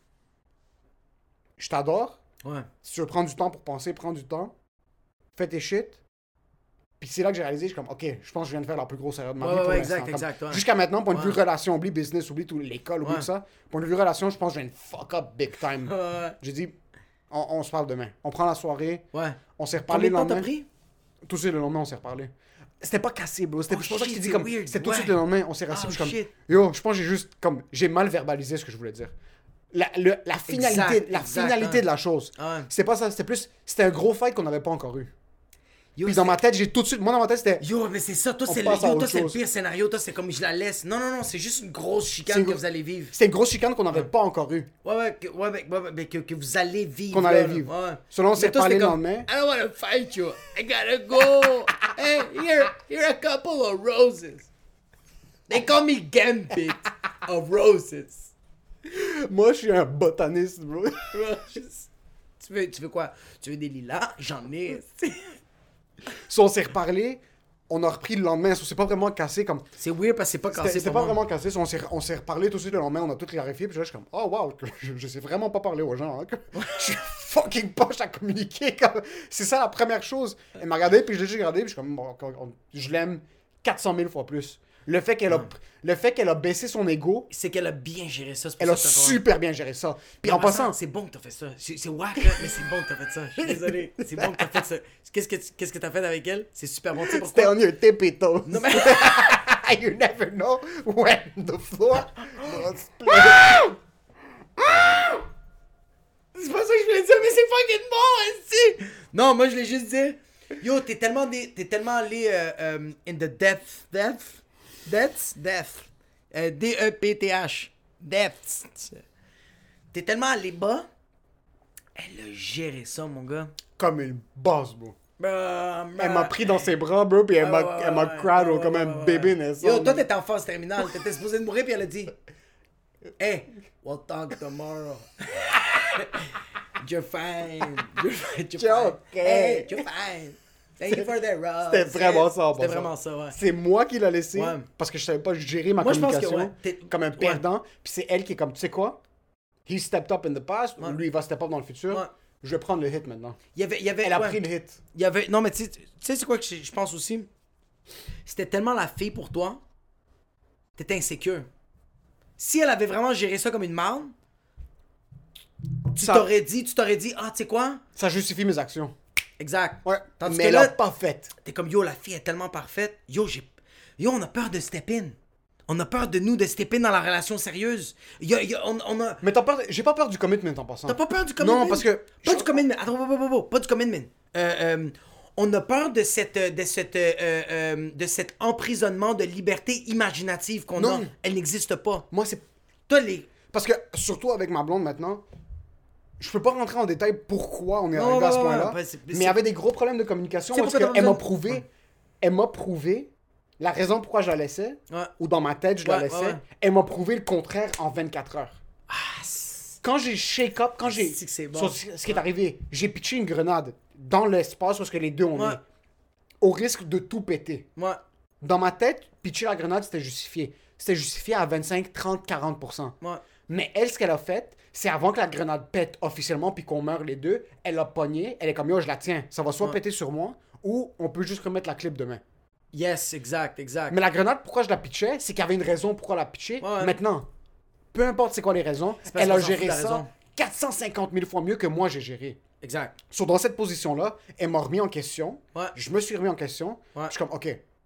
je t'adore. Ouais. Si tu veux prendre du temps pour penser, prends du temps. Fais tes shit. Puis c'est là que j'ai réalisé, je suis comme, ok, je pense que je viens de faire la plus grosse erreur de ma Ouais, vie ouais, pour ouais, l'instant. exact, Comme, exact, ouais. Jusqu'à maintenant, point de vue Ouais. relation, oublie business, oublie tout l'école, oublie Ouais. tout ça. Point de vue relation, je pense que je viens de fuck up big time. Ouais. J'ai dit, on, on se parle demain. On prend la soirée, Ouais. on s'est reparlé Combien de le temps t'as lendemain. pris? Tout de suite, le lendemain, on s'est reparlé. C'était pas cassé, bro. C'était Oh, c'est pour ça que je shit, t'ai dit c'est comme. weird, C'était tout de ouais. suite le lendemain, on s'est rassis, Oh, puis je suis shit. comme. Yo, je pense que j'ai juste comme. J'ai mal verbalisé ce que je voulais dire. La, le- la finalité, Exact, la exact, finalité hein. de la chose. Ouais. C'était pas ça, c'était plus. C'était un gros fight qu'on n'avait pas encore eu. Yo, Puis dans c'est- ma tête, j'ai tout de suite. Moi, dans ma tête, c'était. Yo, mais c'est ça, toi, On c'est le, passe à yo, autre toi, c'est le chose. pire scénario. Toi, c'est comme je la laisse. Non, non, non, c'est juste une grosse C'est chicane une que gros- vous allez vivre. C'était une grosse chicane qu'on n'avait pas encore eu. Ouais, ouais, que, ouais, mais, ouais, mais que, que vous allez vivre. Qu'on allait là, là. vivre. Ouais. Selon on Mais s'est toi, parlé c'était le comme, lendemain. I don't want to fight you. I gotta go. Hey, you're, you're a couple of roses. They call me Gambit of roses. Moi, je suis un botaniste, bro. Roses. Tu veux, tu veux quoi? Tu veux des lilas? J'en ai. Si on s'est reparlé, on a repris le lendemain. So, c'est pas vraiment cassé comme. C'est weird parce que c'est pas C'était cassé c'était pour pas moi. vraiment cassé. So, on s'est on s'est reparlé tout de suite le lendemain. On a tout clarifié. Puis là, je suis comme, oh wow, que je, je sais vraiment pas parler aux gens. Hein, que je suis fucking poche à communiquer. Comme... C'est ça la première chose. Elle m'a regardé, puis je l'ai juste regardé, puis je suis comme, bon, on- je l'aime quatre cent mille fois plus. Le fait qu'elle a, Ouais. le fait qu'elle a baissé son ego, C'est qu'elle a bien géré ça. c'est pour elle a ça que t'as- super bien géré ça. Puis Puis en passant, c'est bon que t'as fait ça. C'est c'est whack, là, mais c'est bon que t'as fait ça. Je suis désolé. C'est bon que t'as fait ça. Qu'est-ce que tu- qu'est-ce que t'as fait avec elle? C'est super bon. Tu sais c'était pourquoi? on your tippy toes. Non, mais... You never know when the floor will split. C'est pas ça que je voulais dire, mais c'est fucking bon, esti! Non, moi, je voulais juste dire... Yo, t'es tellement, des- t'es tellement allé euh, euh, in the depth... Depth? Depth? Depth. Euh, D E P T H. Depth. T'es tellement allé bas. Elle a géré ça, mon gars. Comme une boss, bro. Bah, Elle m'a pris dans ses bras, bro, puis elle Ouais, m'a, ouais, elle m'a ouais, cradle ouais, comme ouais, un ouais, bébé ouais. naissant. Yo, toi, t'étais en phase terminale. T'étais supposé de mourir, puis elle a dit... Hey, we'll talk tomorrow. You're fine. You're fine. You're You're fine. okay. Hey, you're fine. Thank you for the rub. C'était vraiment ça, en C'était passant. vraiment ça, ouais. C'est moi qui l'ai laissé Ouais. parce que je savais pas gérer ma Moi, je pense que, communication ouais, t'es- comme un ouais. perdant. Puis c'est elle qui est comme, tu sais quoi? He stepped up in the past, Ouais. lui il va step up dans le futur. Ouais. Je vais prendre le hit maintenant. Il y avait, il y avait, Elle a ouais. pris le hit. Il y avait, non, mais tu sais, tu sais, c'est quoi que je, je pense aussi? C'était tellement la fille pour toi, t'étais insécure. Si elle avait vraiment géré ça comme une marde, tu Ça- t'aurais dit, tu t'aurais dit, ah, tu sais quoi? Ça justifie mes actions. Exact. Ouais. Tandis mais que elle là, l'a pas fait. t'es comme, yo, la fille est tellement parfaite. Yo, j'ai, yo, on a peur de step in. On a peur de nous, de step in dans la relation sérieuse. Y a- y a- on, on a... Mais t'as peur, j'ai pas peur du commitment en passant. T'as pas peur du commitment? Non, parce que- Pas du commitment. Attends, pas, pas, pas, pas, pas du commitment. Euh, euh, on a peur de cette, euh, de cette, euh, euh, de cet emprisonnement de liberté imaginative qu'on a. Non. Elle n'existe pas. Moi c'est Toi, les... parce que surtout avec ma blonde maintenant, je peux pas rentrer en détail pourquoi on est Non, arrivé à ouais, ce ouais, point-là. ouais, c'est- mais il c'est- y avait des gros problèmes de communication C'est parce pourquoi t'as qu'elle m'a besoin- prouvé, Ouais. elle m'a prouvé la raison pourquoi je la laissais. Ouais. Ou dans ma tête, je la Ouais, laissais. ouais, ouais. Elle m'a prouvé le contraire en vingt-quatre heures. Ah, c'est- Quand j'ai shake up, quand j'ai... C'est que c'est bon. sur ce ce qui est arrivé, j'ai pitché une grenade dans l'espace où est-ce que les deux on Ouais. est. Au risque de tout péter. Ouais. Dans ma tête, pitcher la grenade, c'était justifié. C'était justifié à vingt-cinq, trente, quarante pour cent. Ouais. Mais elle, ce qu'elle a fait, c'est avant que la grenade pète officiellement puis qu'on meure les deux, elle a pogné, elle est comme yo, je la tiens. Ça va soit Ouais. péter sur moi ou on peut juste remettre la clip demain. Yes, exact, exact. Mais la grenade, pourquoi je la pitchais, c'est qu'il y avait une raison pourquoi la pitcher. Ouais, ouais. Maintenant, peu importe c'est quoi les raisons, parce elle qu'on a s'en fout géré de la ça raison. quatre cent cinquante mille fois mieux que moi j'ai géré. Exact. So, dans cette position-là, elle m'a remis en question. Ouais. Je me suis remis en question. Ouais. Je suis comme, OK,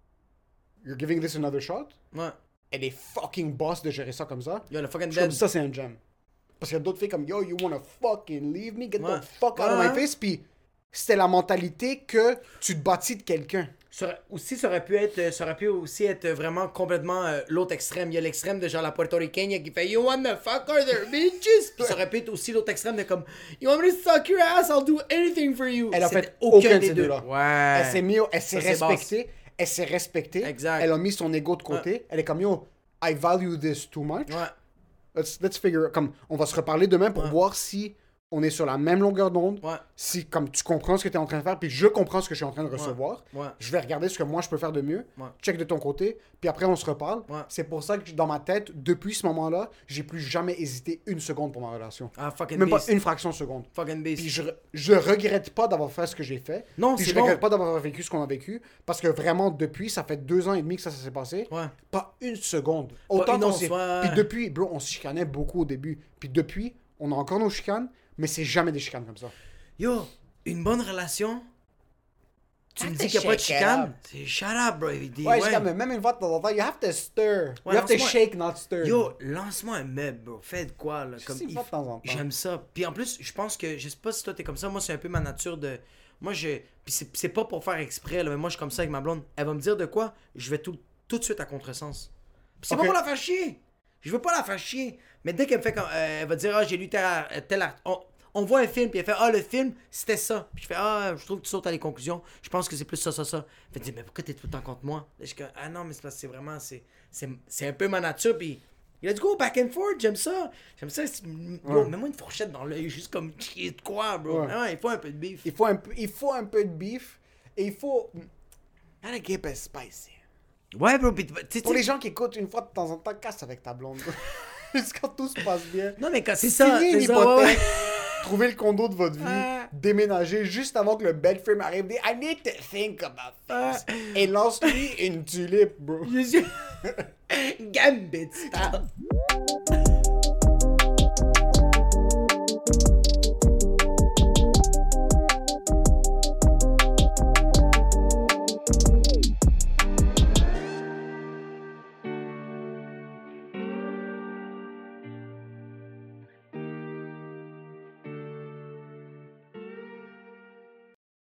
you're giving this another shot. Ouais. Elle est fucking boss de gérer ça comme ça. Yo, le fucking Je suis comme, dead. ça, c'est un gem. Parce qu'il y a d'autres filles comme, yo, you wanna fucking leave me? Get Ouais. the fuck out Ouais, of my ouais. face. Puis c'était la mentalité que tu te bâtis de quelqu'un. Ça aurait- aussi, ça aurait pu être, euh, ça aurait pu aussi être vraiment complètement euh, l'autre extrême. Il y a l'extrême de genre la portoricaine qui fait You wanna fuck her there, bitches? Puis ça aurait pu être aussi l'autre extrême de comme You want me to suck your ass, I'll do anything for you. Elle a C'était fait aucun de des ces deux-là. Ouais. Elle s'est mis, au- elle s'est Ça, c'est respectée. Elle s'est respectée. Exact. Elle a mis son ego de côté. Elle est comme, yo, I value this too much. Ouais. Let's, let's figure, comme, on va se reparler demain pour Ouais. voir si on est sur la même longueur d'onde. Ouais. Si, comme, tu comprends ce que tu es en train de faire, puis je comprends ce que je suis en train de recevoir. Ouais. Je vais regarder ce que moi je peux faire de mieux. Ouais. Check de ton côté, puis après on se reparle. Ouais. C'est pour ça que dans ma tête, depuis ce moment-là, j'ai plus jamais hésité une seconde pour ma relation. Ah, fucking Même beast. pas une fraction de seconde. Fucking beast. Puis je, je regrette pas d'avoir fait ce que j'ai fait. Non, puis c'est je bon. regrette pas d'avoir vécu ce qu'on a vécu. Parce que vraiment, depuis, ça fait deux ans et demi que ça, ça s'est passé. Ouais. Pas une seconde. Autant une qu'on once, s'est- ouais. Puis depuis, bro, on se chicanait beaucoup au début. Puis depuis, on a encore nos chicanes, mais c'est jamais des chicanes comme ça. Yo, une bonne relation. Tu me Have dis to qu'il n'y a pas de shake it chicane? up. C'est shut up, bro. Il dit, Ouais, ouais. je suis comme, même une fois de temps en temps, you have to stir. Ouais, you have to lance-moi- shake, not stir. Yo, lance-moi un meuble, bro. Fais de quoi, là. Je Comme, sais une il fois de f- temps en temps. J'aime ça. Puis en plus, je pense que, je sais pas si toi t'es comme ça, moi c'est un peu ma nature de. Moi je. Puis c'est, c'est pas pour faire exprès, là, mais moi je suis comme ça avec ma blonde. Elle va me dire de quoi, je vais tout, tout de suite à contresens. Puis c'est Ok. pas pour la faire chier. Je veux pas la faire chier. Mais dès qu'elle me fait comme. euh, elle va dire, ah, j'ai lu tel, tel art- on, on voit un film, puis elle fait, ah, le film, c'était ça. Puis je fais, ah, je trouve que tu sautes à les conclusions. Je pense que c'est plus ça, ça, ça. Elle fait, mais pourquoi t'es tout le temps contre moi? Là, je suis comme, ah non, mais c'est parce que c'est vraiment. C'est, c'est, c'est un peu ma nature, puis. Let's go back and forth, j'aime ça. J'aime ça. c'est- Yo, Ouais. mets-moi une fourchette dans l'œil, juste comme chier de quoi, bro. Ouais. Ah ouais, il faut un peu de beef. Il faut un peu, il faut un peu de beef. Et il faut. Gotta keep it spicy. Ouais, bro, puis tu sais, Pour tu- les gens qui écoutent une fois de temps en temps, casse avec ta blonde. Juste quand tout se passe bien. Non, mais quand c'est ça, Signer une c'est ça, ouais, ouais. hypothèque. trouver le condo de votre vie, Ah. déménager juste avant que le bed frame arrive, dit I need to think about this. Et lance-lui une tulipe, bro. Je suis... Gambit style.